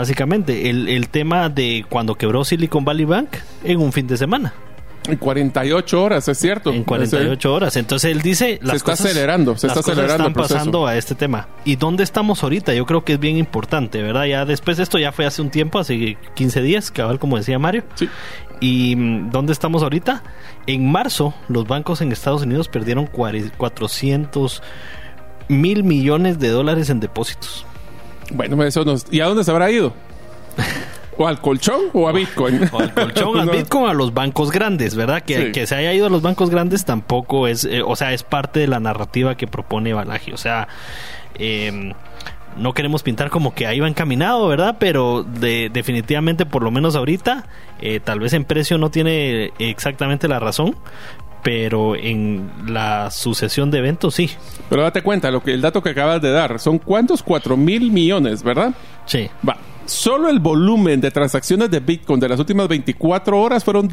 Speaker 3: El tema de cuando quebró Silicon Valley Bank en un fin de semana.
Speaker 2: En 48 horas, es cierto.
Speaker 3: En 48 horas. Entonces él dice...
Speaker 2: Se está acelerando el proceso.
Speaker 3: Están pasando a este tema. ¿Y dónde estamos ahorita? Yo creo que es bien importante, ¿verdad? Ya después de esto ya fue hace un tiempo, hace 15 días, cabal, como decía Mario.
Speaker 2: Sí.
Speaker 3: ¿Y dónde estamos ahorita? En marzo, los bancos en Estados Unidos perdieron 400 mil millones de dólares en depósitos.
Speaker 2: Bueno, eso ¿y a dónde se habrá ido? ¿O al colchón o a Bitcoin?
Speaker 3: O al colchón, al Bitcoin, a los bancos grandes, ¿verdad? Que se haya ido a los bancos grandes tampoco es... o sea, es parte de la narrativa que propone Balaji. O sea, no queremos pintar como que ahí va encaminado, ¿verdad? Pero definitivamente, por lo menos ahorita, tal vez en precio no tiene exactamente la razón, pero en la sucesión de eventos sí.
Speaker 2: Pero date cuenta, el dato que acabas de dar, ¿son cuántos? 4,000 millones, ¿verdad?
Speaker 3: Sí.
Speaker 2: Va. Solo el volumen de transacciones de Bitcoin de las últimas 24 horas fueron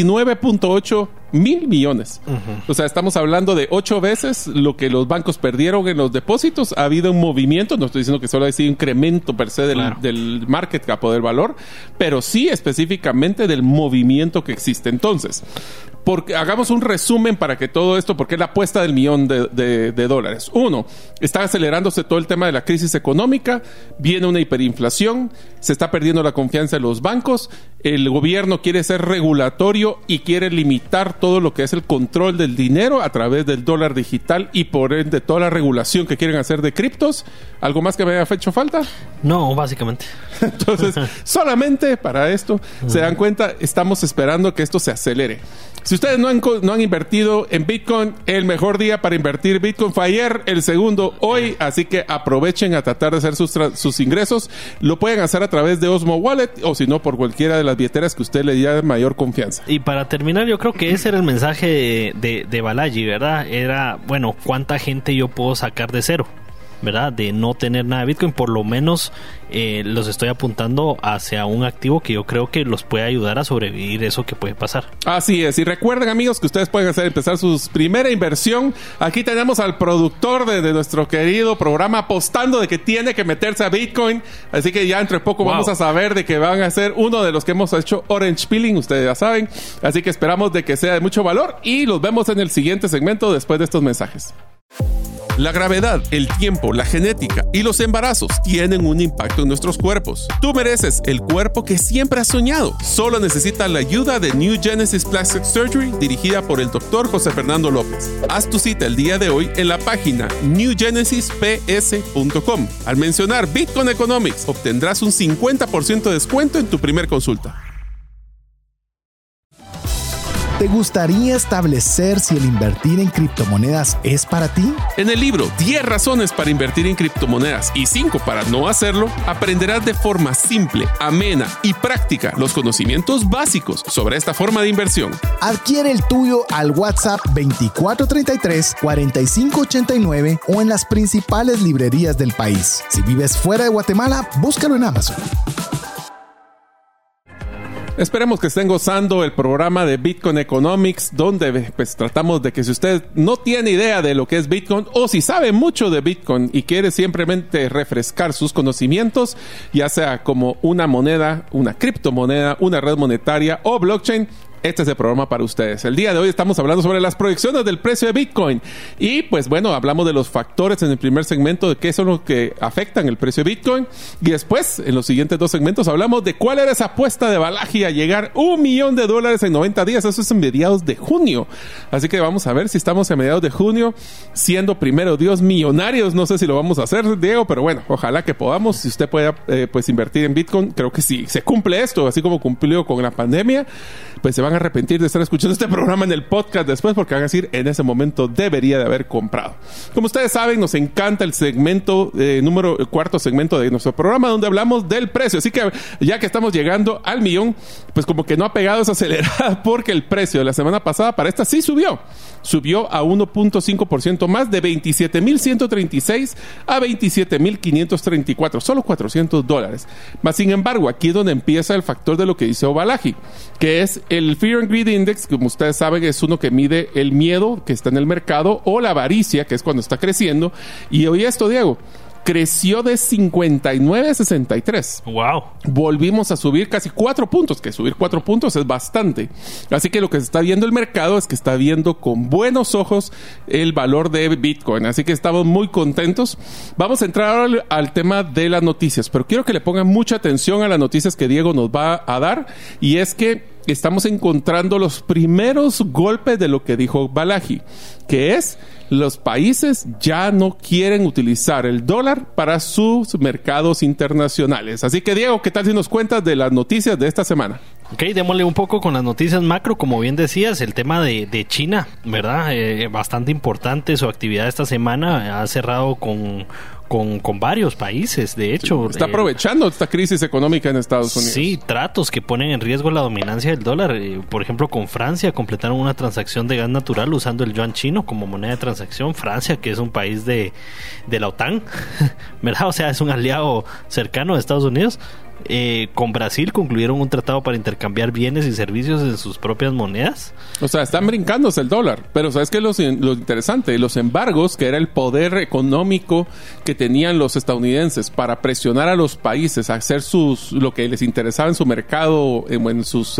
Speaker 2: 19.8 mil millones. Uh-huh. O sea, estamos hablando de 8 veces lo que los bancos perdieron en los depósitos. Ha habido un movimiento, no estoy diciendo que solo ha sido incremento per se del market cap o del valor, pero sí específicamente del movimiento que existe. Entonces, hagamos un resumen para que todo esto, porque es la apuesta del millón de dólares. Uno, está acelerándose todo el tema de la crisis económica, viene una hiperinflación, se está perdiendo la confianza de los bancos, el gobierno quiere ser regulatorio y quiere limitar todo lo que es el control del dinero a través del dólar digital y por ende toda la regulación que quieren hacer de criptos. ¿Algo más que me haya hecho falta?
Speaker 3: No, básicamente.
Speaker 2: Entonces, solamente para esto, se dan cuenta, estamos esperando que esto se acelere. Si ustedes no han invertido en Bitcoin, el mejor día para invertir Bitcoin fue ayer, el segundo hoy, así que aprovechen a tratar de hacer sus ingresos. Lo pueden hacer a través de Osmo Wallet o si no por cualquiera de las billeteras que usted le dé mayor confianza.
Speaker 3: Y para terminar, yo creo que ese era el mensaje de Balaji, ¿verdad? Era, bueno, ¿cuánta gente yo puedo sacar de cero? ¿Verdad? De no tener nada de Bitcoin, por lo menos los estoy apuntando hacia un activo que yo creo que los puede ayudar a sobrevivir eso que puede pasar.
Speaker 2: Así es, y recuerden amigos que ustedes pueden empezar su primera inversión. Aquí tenemos al productor de nuestro querido programa apostando de que tiene que meterse a Bitcoin, así que ya entre poco vamos a saber de que van a ser uno de los que hemos hecho Orange Pilling, ustedes ya saben, así que esperamos de que sea de mucho valor y los vemos en el siguiente segmento después de estos mensajes. La gravedad, el tiempo, la genética y los embarazos tienen un impacto en nuestros cuerpos. Tú mereces el cuerpo que siempre has soñado. Solo necesitas la ayuda de New Genesis Plastic Surgery, dirigida por el Dr. José Fernando López. Haz tu cita el día de hoy en la página newgenesisps.com. Al mencionar Bitcoin Economics, obtendrás un 50% de descuento en tu primer consulta.
Speaker 1: ¿Te gustaría establecer si el invertir en criptomonedas es para ti?
Speaker 2: En el libro 10 razones para invertir en criptomonedas y 5 para no hacerlo, aprenderás de forma simple, amena y práctica los conocimientos básicos sobre esta forma de inversión.
Speaker 1: Adquiere el tuyo al WhatsApp 2433-4589 o en las principales librerías del país. Si vives fuera de Guatemala, búscalo en Amazon.
Speaker 2: Esperemos que estén gozando el programa de Bitcoin Economics, donde pues tratamos de que si usted no tiene idea de lo que es Bitcoin o si sabe mucho de Bitcoin y quiere simplemente refrescar sus conocimientos, ya sea como una moneda, una criptomoneda, una red monetaria o blockchain, este es el programa para ustedes. El día de hoy estamos hablando sobre las proyecciones del precio de Bitcoin. Y pues bueno, hablamos de los factores en el primer segmento de qué son los que afectan el precio de Bitcoin. Y después, en los siguientes 2 segmentos, hablamos de cuál era esa apuesta de Balaji a llegar $1 millón en 90 días. Eso es en mediados de junio. Así que vamos a ver si estamos en mediados de junio, siendo primero Dios millonarios. No sé si lo vamos a hacer, Diego, pero bueno, ojalá que podamos. Si usted pueda pues invertir en Bitcoin, creo que sí. Se cumple esto, así como cumplió con la pandemia, pues se van a arrepentir de estar escuchando este programa en el podcast después, porque van a decir, en ese momento debería de haber comprado. Como ustedes saben, nos encanta el segmento cuarto segmento de nuestro programa, donde hablamos del precio. Así que ya que estamos llegando al millón, pues como que no ha pegado esa acelerada, porque el precio de la semana pasada para esta sí subió a 1.5% más, de $27,136 a $27,534, solo $400. Mas sin embargo, aquí es donde empieza el factor de lo que dice Balaji, que es el Fear and Greed Index. Como ustedes saben, es uno que mide el miedo que está en el mercado o la avaricia, que es cuando está creciendo. Y oye esto, Diego, creció de 59 a 63.
Speaker 3: ¡Wow!
Speaker 2: Volvimos a subir casi 4 puntos, que subir 4 puntos es bastante. Así que lo que se está viendo el mercado es que está viendo con buenos ojos el valor de Bitcoin. Así que estamos muy contentos. Vamos a entrar ahora al tema de las noticias, pero quiero que le pongan mucha atención a las noticias que Diego nos va a dar, y es que estamos encontrando los primeros golpes de lo que dijo Balaji, que es: los países ya no quieren utilizar el dólar para sus mercados internacionales. Así que, Diego, ¿qué tal si nos cuentas de las noticias de esta semana?
Speaker 3: Ok, démosle un poco con las noticias macro. Como bien decías, el tema de China, ¿verdad? Bastante importante su actividad esta semana. Ha cerrado con varios países, de hecho.
Speaker 2: Está aprovechando esta crisis económica en Estados Unidos.
Speaker 3: Sí, tratos que ponen en riesgo la dominancia del dólar. Por ejemplo, con Francia completaron una transacción de gas natural usando el yuan chino como moneda de transacción. Francia, que es un país de la OTAN, ¿verdad? O sea, es un aliado cercano de Estados Unidos. Con Brasil concluyeron un tratado para intercambiar bienes y servicios en sus propias monedas.
Speaker 2: O sea, están brincándose el dólar. Pero ¿sabes qué es lo interesante? Los embargos, que era el poder económico que tenían los estadounidenses para presionar a los países a hacer lo que les interesaba en su mercado, en sus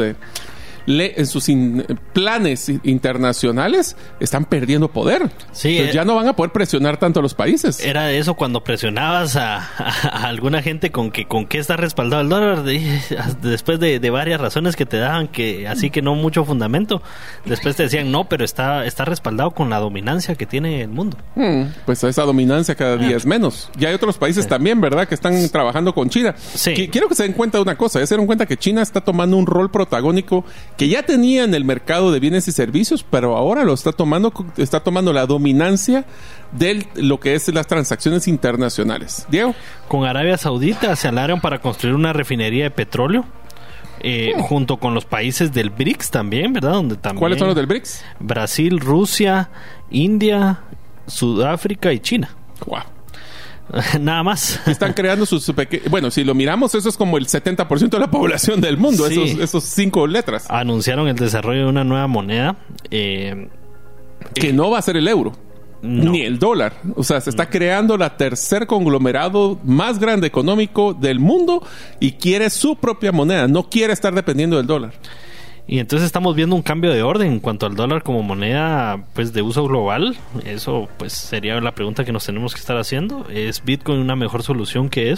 Speaker 2: planes internacionales, están perdiendo poder.
Speaker 3: Sí,
Speaker 2: entonces ya no van a poder presionar tanto a los países.
Speaker 3: Era eso cuando presionabas a alguna gente con qué está respaldado el dólar, después de varias razones que te daban, así que no mucho fundamento. Después te decían, no, pero está respaldado con la dominancia que tiene el mundo.
Speaker 2: Pues esa dominancia cada día es menos. Ya hay otros países también, ¿verdad?, que están trabajando con China.
Speaker 3: Sí.
Speaker 2: Quiero que se den cuenta de una cosa. Ya se dieron cuenta que China está tomando un rol protagónico que ya tenía en el mercado de bienes y servicios, pero ahora lo está tomando la dominancia de lo que es las transacciones internacionales. Diego.
Speaker 3: Con Arabia Saudita se aliaron para construir una refinería de petróleo, junto con los países del BRICS también, ¿verdad?
Speaker 2: ¿Cuáles son los del BRICS?
Speaker 3: Brasil, Rusia, India, Sudáfrica y China.
Speaker 2: Wow.
Speaker 3: Nada más.
Speaker 2: Están creando bueno, si lo miramos, eso es como el 70% de la población del mundo, sí. esos 5 letras.
Speaker 3: Anunciaron el desarrollo de una nueva moneda.
Speaker 2: Que no va a ser el euro. No. Ni el dólar. O sea, se está creando la tercer conglomerado más grande económico del mundo y quiere su propia moneda. No quiere estar dependiendo del dólar.
Speaker 3: Y entonces estamos viendo un cambio de orden en cuanto al dólar como moneda, pues, de uso global. Eso pues sería la pregunta que nos tenemos que estar haciendo. ¿Es Bitcoin una mejor solución que eso?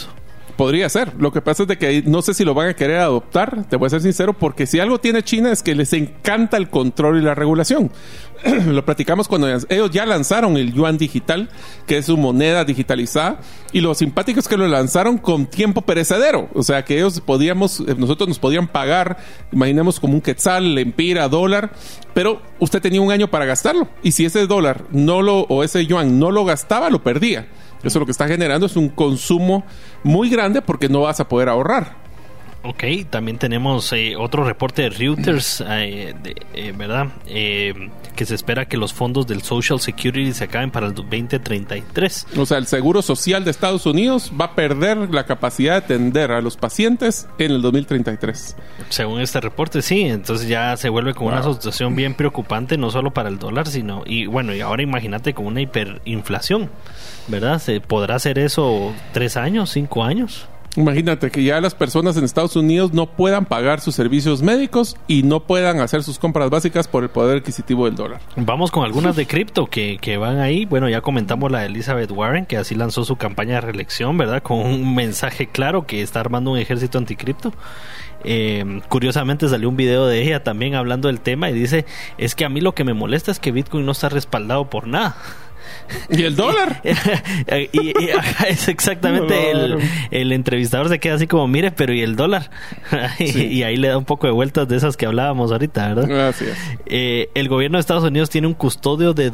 Speaker 2: Podría ser. Lo que pasa es de que no sé si lo van a querer adoptar, te voy a ser sincero, porque si algo tiene China es que les encanta el control y la regulación. Lo platicamos cuando ellos ya lanzaron el yuan digital, que es su moneda digitalizada, y lo simpático es que lo lanzaron con tiempo perecedero. O sea, que nosotros nos podían pagar, imaginemos como un quetzal, lempira, dólar, pero usted tenía un año para gastarlo. Y si ese dólar o ese yuan no lo gastaba, lo perdía. Eso lo que está generando es un consumo muy grande porque no vas a poder ahorrar.
Speaker 3: Ok, también tenemos otro reporte de Reuters, ¿verdad? Que se espera que los fondos del Social Security se acaben para el 2033.
Speaker 2: O sea, el Seguro Social de Estados Unidos va a perder la capacidad de atender a los pacientes en el 2033.
Speaker 3: Según este reporte, sí. Entonces ya se vuelve como una situación bien preocupante, no solo para el dólar, sino... Y ahora imagínate con una hiperinflación, ¿verdad? ¿Se podrá hacer eso 3 años, 5 años?
Speaker 2: Imagínate que ya las personas en Estados Unidos no puedan pagar sus servicios médicos y no puedan hacer sus compras básicas por el poder adquisitivo del dólar.
Speaker 3: Vamos con algunas de cripto que van ahí. Bueno, ya comentamos la de Elizabeth Warren, que así lanzó su campaña de reelección, ¿verdad? Con un mensaje claro que está armando un ejército anticripto. Curiosamente salió un video de ella también hablando del tema y dice, es que a mí lo que me molesta es que Bitcoin no está respaldado por nada.
Speaker 2: ¿Y el dólar?
Speaker 3: y es exactamente el entrevistador se queda así como, mire, pero ¿y el dólar? Y ahí le da un poco de vueltas de esas que hablábamos ahorita, ¿verdad?
Speaker 2: Así es.
Speaker 3: El gobierno de Estados Unidos tiene un custodio de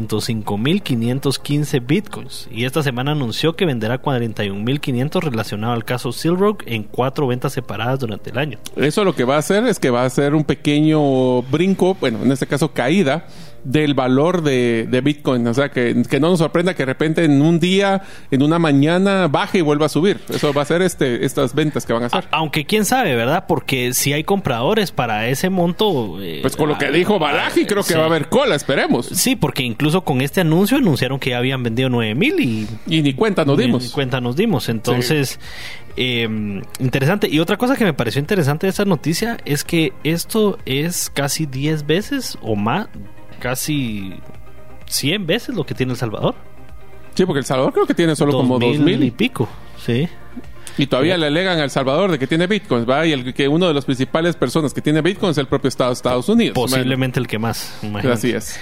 Speaker 3: 205,515 bitcoins y esta semana anunció que venderá 41,500 relacionado al caso Silk Road en 4 ventas separadas durante el año.
Speaker 2: Eso lo que va a hacer es que va a hacer un pequeño brinco, bueno, en este caso caída, del valor de Bitcoin. O sea, que no nos sorprenda que de repente en un día, en una mañana, baje y vuelva a subir. Eso va a ser estas ventas que van a hacer.
Speaker 3: Aunque quién sabe, ¿verdad? Porque si hay compradores para ese monto...
Speaker 2: pues con lo que dijo Balaji, creo que va a haber cola, esperemos.
Speaker 3: Sí, porque incluso con este anuncio anunciaron que ya habían vendido 9,000
Speaker 2: y ni cuenta nos dimos.
Speaker 3: Ni cuenta nos dimos. Entonces... Sí. Interesante. Y otra cosa que me pareció interesante de esta noticia es que esto es casi 10 veces o más, casi 100 veces lo que tiene El Salvador.
Speaker 2: Sí, porque El Salvador creo que tiene solo como 2,000
Speaker 3: y pico. Sí.
Speaker 2: Y todavía le alegan a El Salvador de que tiene bitcoins, ¿va? Y que uno de las principales personas que tiene bitcoins es el propio Estado de Estados Unidos.
Speaker 3: Posiblemente el que más. Imagínate.
Speaker 2: Así es.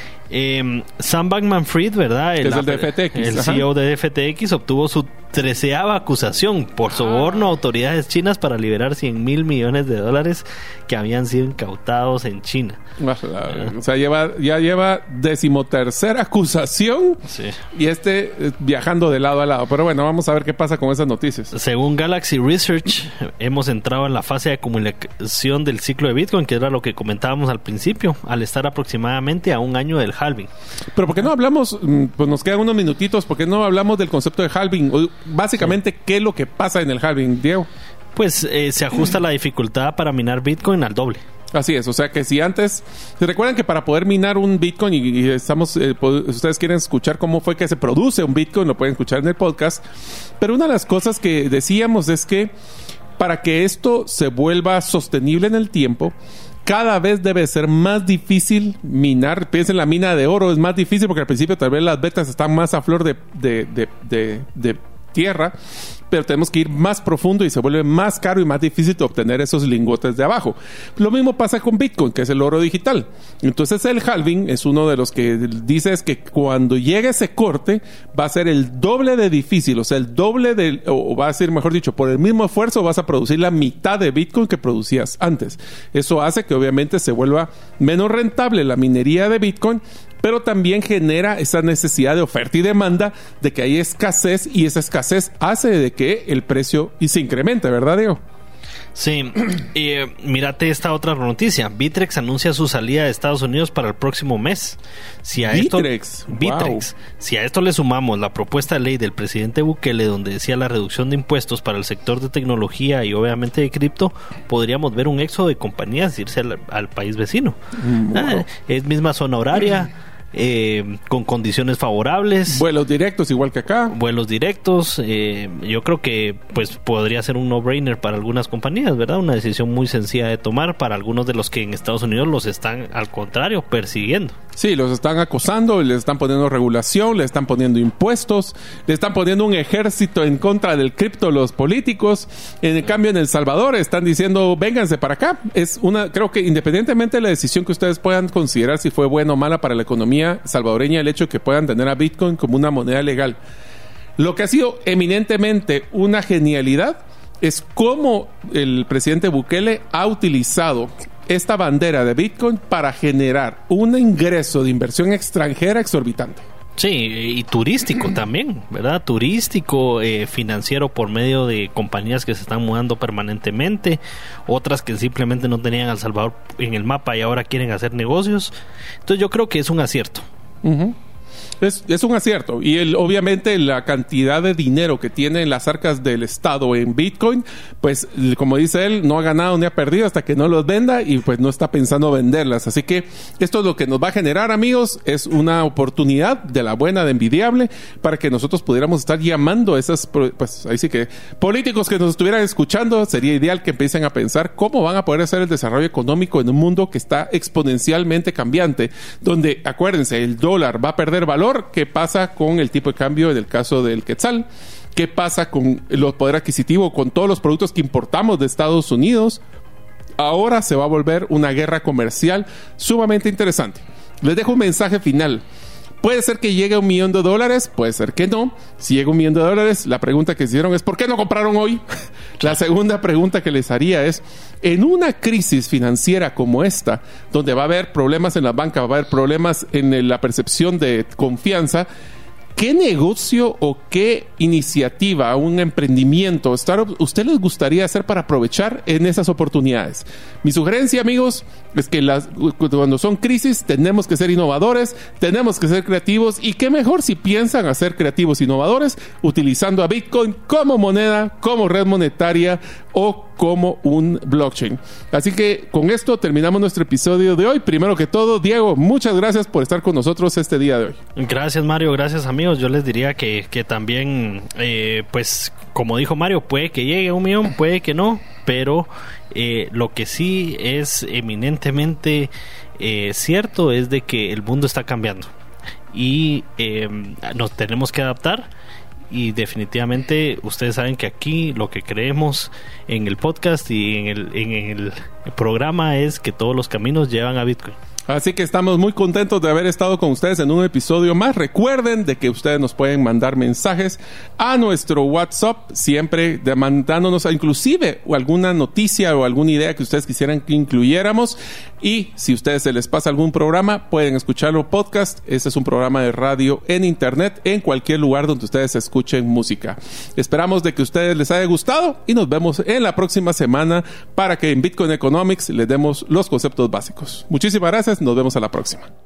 Speaker 3: Sam Bankman-Fried, ¿verdad?
Speaker 2: El de FTX.
Speaker 3: El CEO de FTX obtuvo su 13ª acusación por soborno a autoridades chinas para liberar $100,000 millones que habían sido incautados en China.
Speaker 2: O sea, ya lleva 13ª acusación.
Speaker 3: Sí.
Speaker 2: Y viajando de lado a lado. Pero bueno, vamos a ver qué pasa con esas noticias.
Speaker 3: Según Galaxy Research, hemos entrado en la fase de acumulación del ciclo de Bitcoin, que era lo que comentábamos al principio, al estar aproximadamente a un año del halving.
Speaker 2: Pero ¿por qué no hablamos? Pues nos quedan unos minutitos. ¿Por qué no hablamos del concepto de halving? Básicamente, sí. ¿Qué es lo que pasa en el halving, Diego?
Speaker 3: Pues se ajusta la dificultad para minar Bitcoin al doble.
Speaker 2: Así es, o sea que si antes... ¿Se recuerdan que para poder minar un Bitcoin y estamos... ustedes quieren escuchar cómo fue que se produce un Bitcoin, lo pueden escuchar en el podcast. Pero una de las cosas que decíamos es que para que esto se vuelva sostenible en el tiempo, cada vez debe ser más difícil minar. Piensen en la mina de oro, es más difícil porque al principio tal vez las vetas están más a flor de tierra, pero tenemos que ir más profundo y se vuelve más caro y más difícil de obtener esos lingotes de abajo. Lo mismo pasa con Bitcoin, que es el oro digital. Entonces el halving es uno de los que dice es que cuando llegue ese corte va a ser el doble de difícil, o sea, el doble o va a ser, mejor dicho, por el mismo esfuerzo vas a producir la mitad de Bitcoin que producías antes. Eso hace que obviamente se vuelva menos rentable la minería de Bitcoin, pero también genera esa necesidad de oferta y demanda, de que hay escasez, y esa escasez hace de que el precio se incremente, ¿verdad, Diego?
Speaker 3: Sí, mírate esta otra noticia. Bittrex anuncia su salida de Estados Unidos para el próximo mes.
Speaker 2: Bittrex.
Speaker 3: Wow. Si a esto le sumamos la propuesta de ley del presidente Bukele, donde decía la reducción de impuestos para el sector de tecnología y obviamente de cripto, podríamos ver un éxodo de compañías irse al país vecino. Wow. Es misma zona horaria. Con condiciones favorables,
Speaker 2: vuelos directos igual que acá,
Speaker 3: yo creo que pues podría ser un no-brainer para algunas compañías, ¿verdad? Una decisión muy sencilla de tomar para algunos de los que en Estados Unidos los están al contrario persiguiendo.
Speaker 2: Sí, los están acosando, les están poniendo regulación, les están poniendo impuestos, le están poniendo un ejército en contra del cripto los políticos. En el cambio, en El Salvador están diciendo, vénganse para acá. Creo que independientemente de la decisión que ustedes puedan considerar si fue buena o mala para la economía salvadoreña, el hecho de que puedan tener a Bitcoin como una moneda legal. Lo que ha sido eminentemente una genialidad es cómo el presidente Bukele ha utilizado esta bandera de Bitcoin para generar un ingreso de inversión extranjera exorbitante.
Speaker 3: Sí, y turístico también, ¿verdad? Turístico, financiero por medio de compañías que se están mudando permanentemente, otras que simplemente no tenían a El Salvador en el mapa y ahora quieren hacer negocios. Entonces yo creo que es un acierto. Uh-huh.
Speaker 2: Es un acierto. Y obviamente la cantidad de dinero que tiene en las arcas del Estado en Bitcoin, pues como dice él, no ha ganado ni ha perdido hasta que no los venda y pues no está pensando venderlas. Así que esto es lo que nos va a generar, amigos, es una oportunidad de la buena, de envidiable, para que nosotros pudiéramos estar llamando a esas, pues ahí sí que políticos que nos estuvieran escuchando, sería ideal que empiecen a pensar cómo van a poder hacer el desarrollo económico en un mundo que está exponencialmente cambiante, donde, acuérdense, el dólar va a perder valor. ¿Qué pasa con el tipo de cambio en el caso del quetzal? ¿Qué pasa con el poder adquisitivo, con todos los productos que importamos de Estados Unidos? Ahora se va a volver una guerra comercial sumamente interesante. Les dejo un mensaje final. Puede ser que llegue a $1 millón, puede ser que no. Si llega $1 millón, la pregunta que hicieron es ¿por qué no compraron hoy? La segunda pregunta que les haría es, en una crisis financiera como esta, donde va a haber problemas en la banca, va a haber problemas en la percepción de confianza, ¿qué negocio o qué iniciativa, un emprendimiento, startup, usted les gustaría hacer para aprovechar en esas oportunidades? Mi sugerencia, amigos, es que cuando son crisis tenemos que ser innovadores, tenemos que ser creativos, y qué mejor si piensan hacer creativos innovadores utilizando a Bitcoin como moneda, como red monetaria o como un blockchain. Así que con esto terminamos nuestro episodio de hoy. Primero que todo, Diego, muchas gracias por estar con nosotros este día de hoy.
Speaker 3: Gracias, Mario, gracias, amigos. Yo les diría que también, pues como dijo Mario, puede que llegue a $1 millón, puede que no, pero lo que sí es eminentemente cierto es de que el mundo está cambiando y nos tenemos que adaptar. Y definitivamente ustedes saben que aquí lo que creemos en el podcast y en el programa es que todos los caminos llevan a Bitcoin.
Speaker 2: Así que estamos muy contentos de haber estado con ustedes en un episodio más. Recuerden de que ustedes nos pueden mandar mensajes a nuestro WhatsApp, siempre demandándonos inclusive alguna noticia o alguna idea que ustedes quisieran que incluyéramos. Y si a ustedes se les pasa algún programa, pueden escucharlo podcast. Este es un programa de radio en internet, en cualquier lugar donde ustedes escuchen música. Esperamos de que a ustedes les haya gustado y nos vemos en la próxima semana para que en Bitcoin Economics les demos los conceptos básicos. Muchísimas gracias. Nos vemos a la próxima.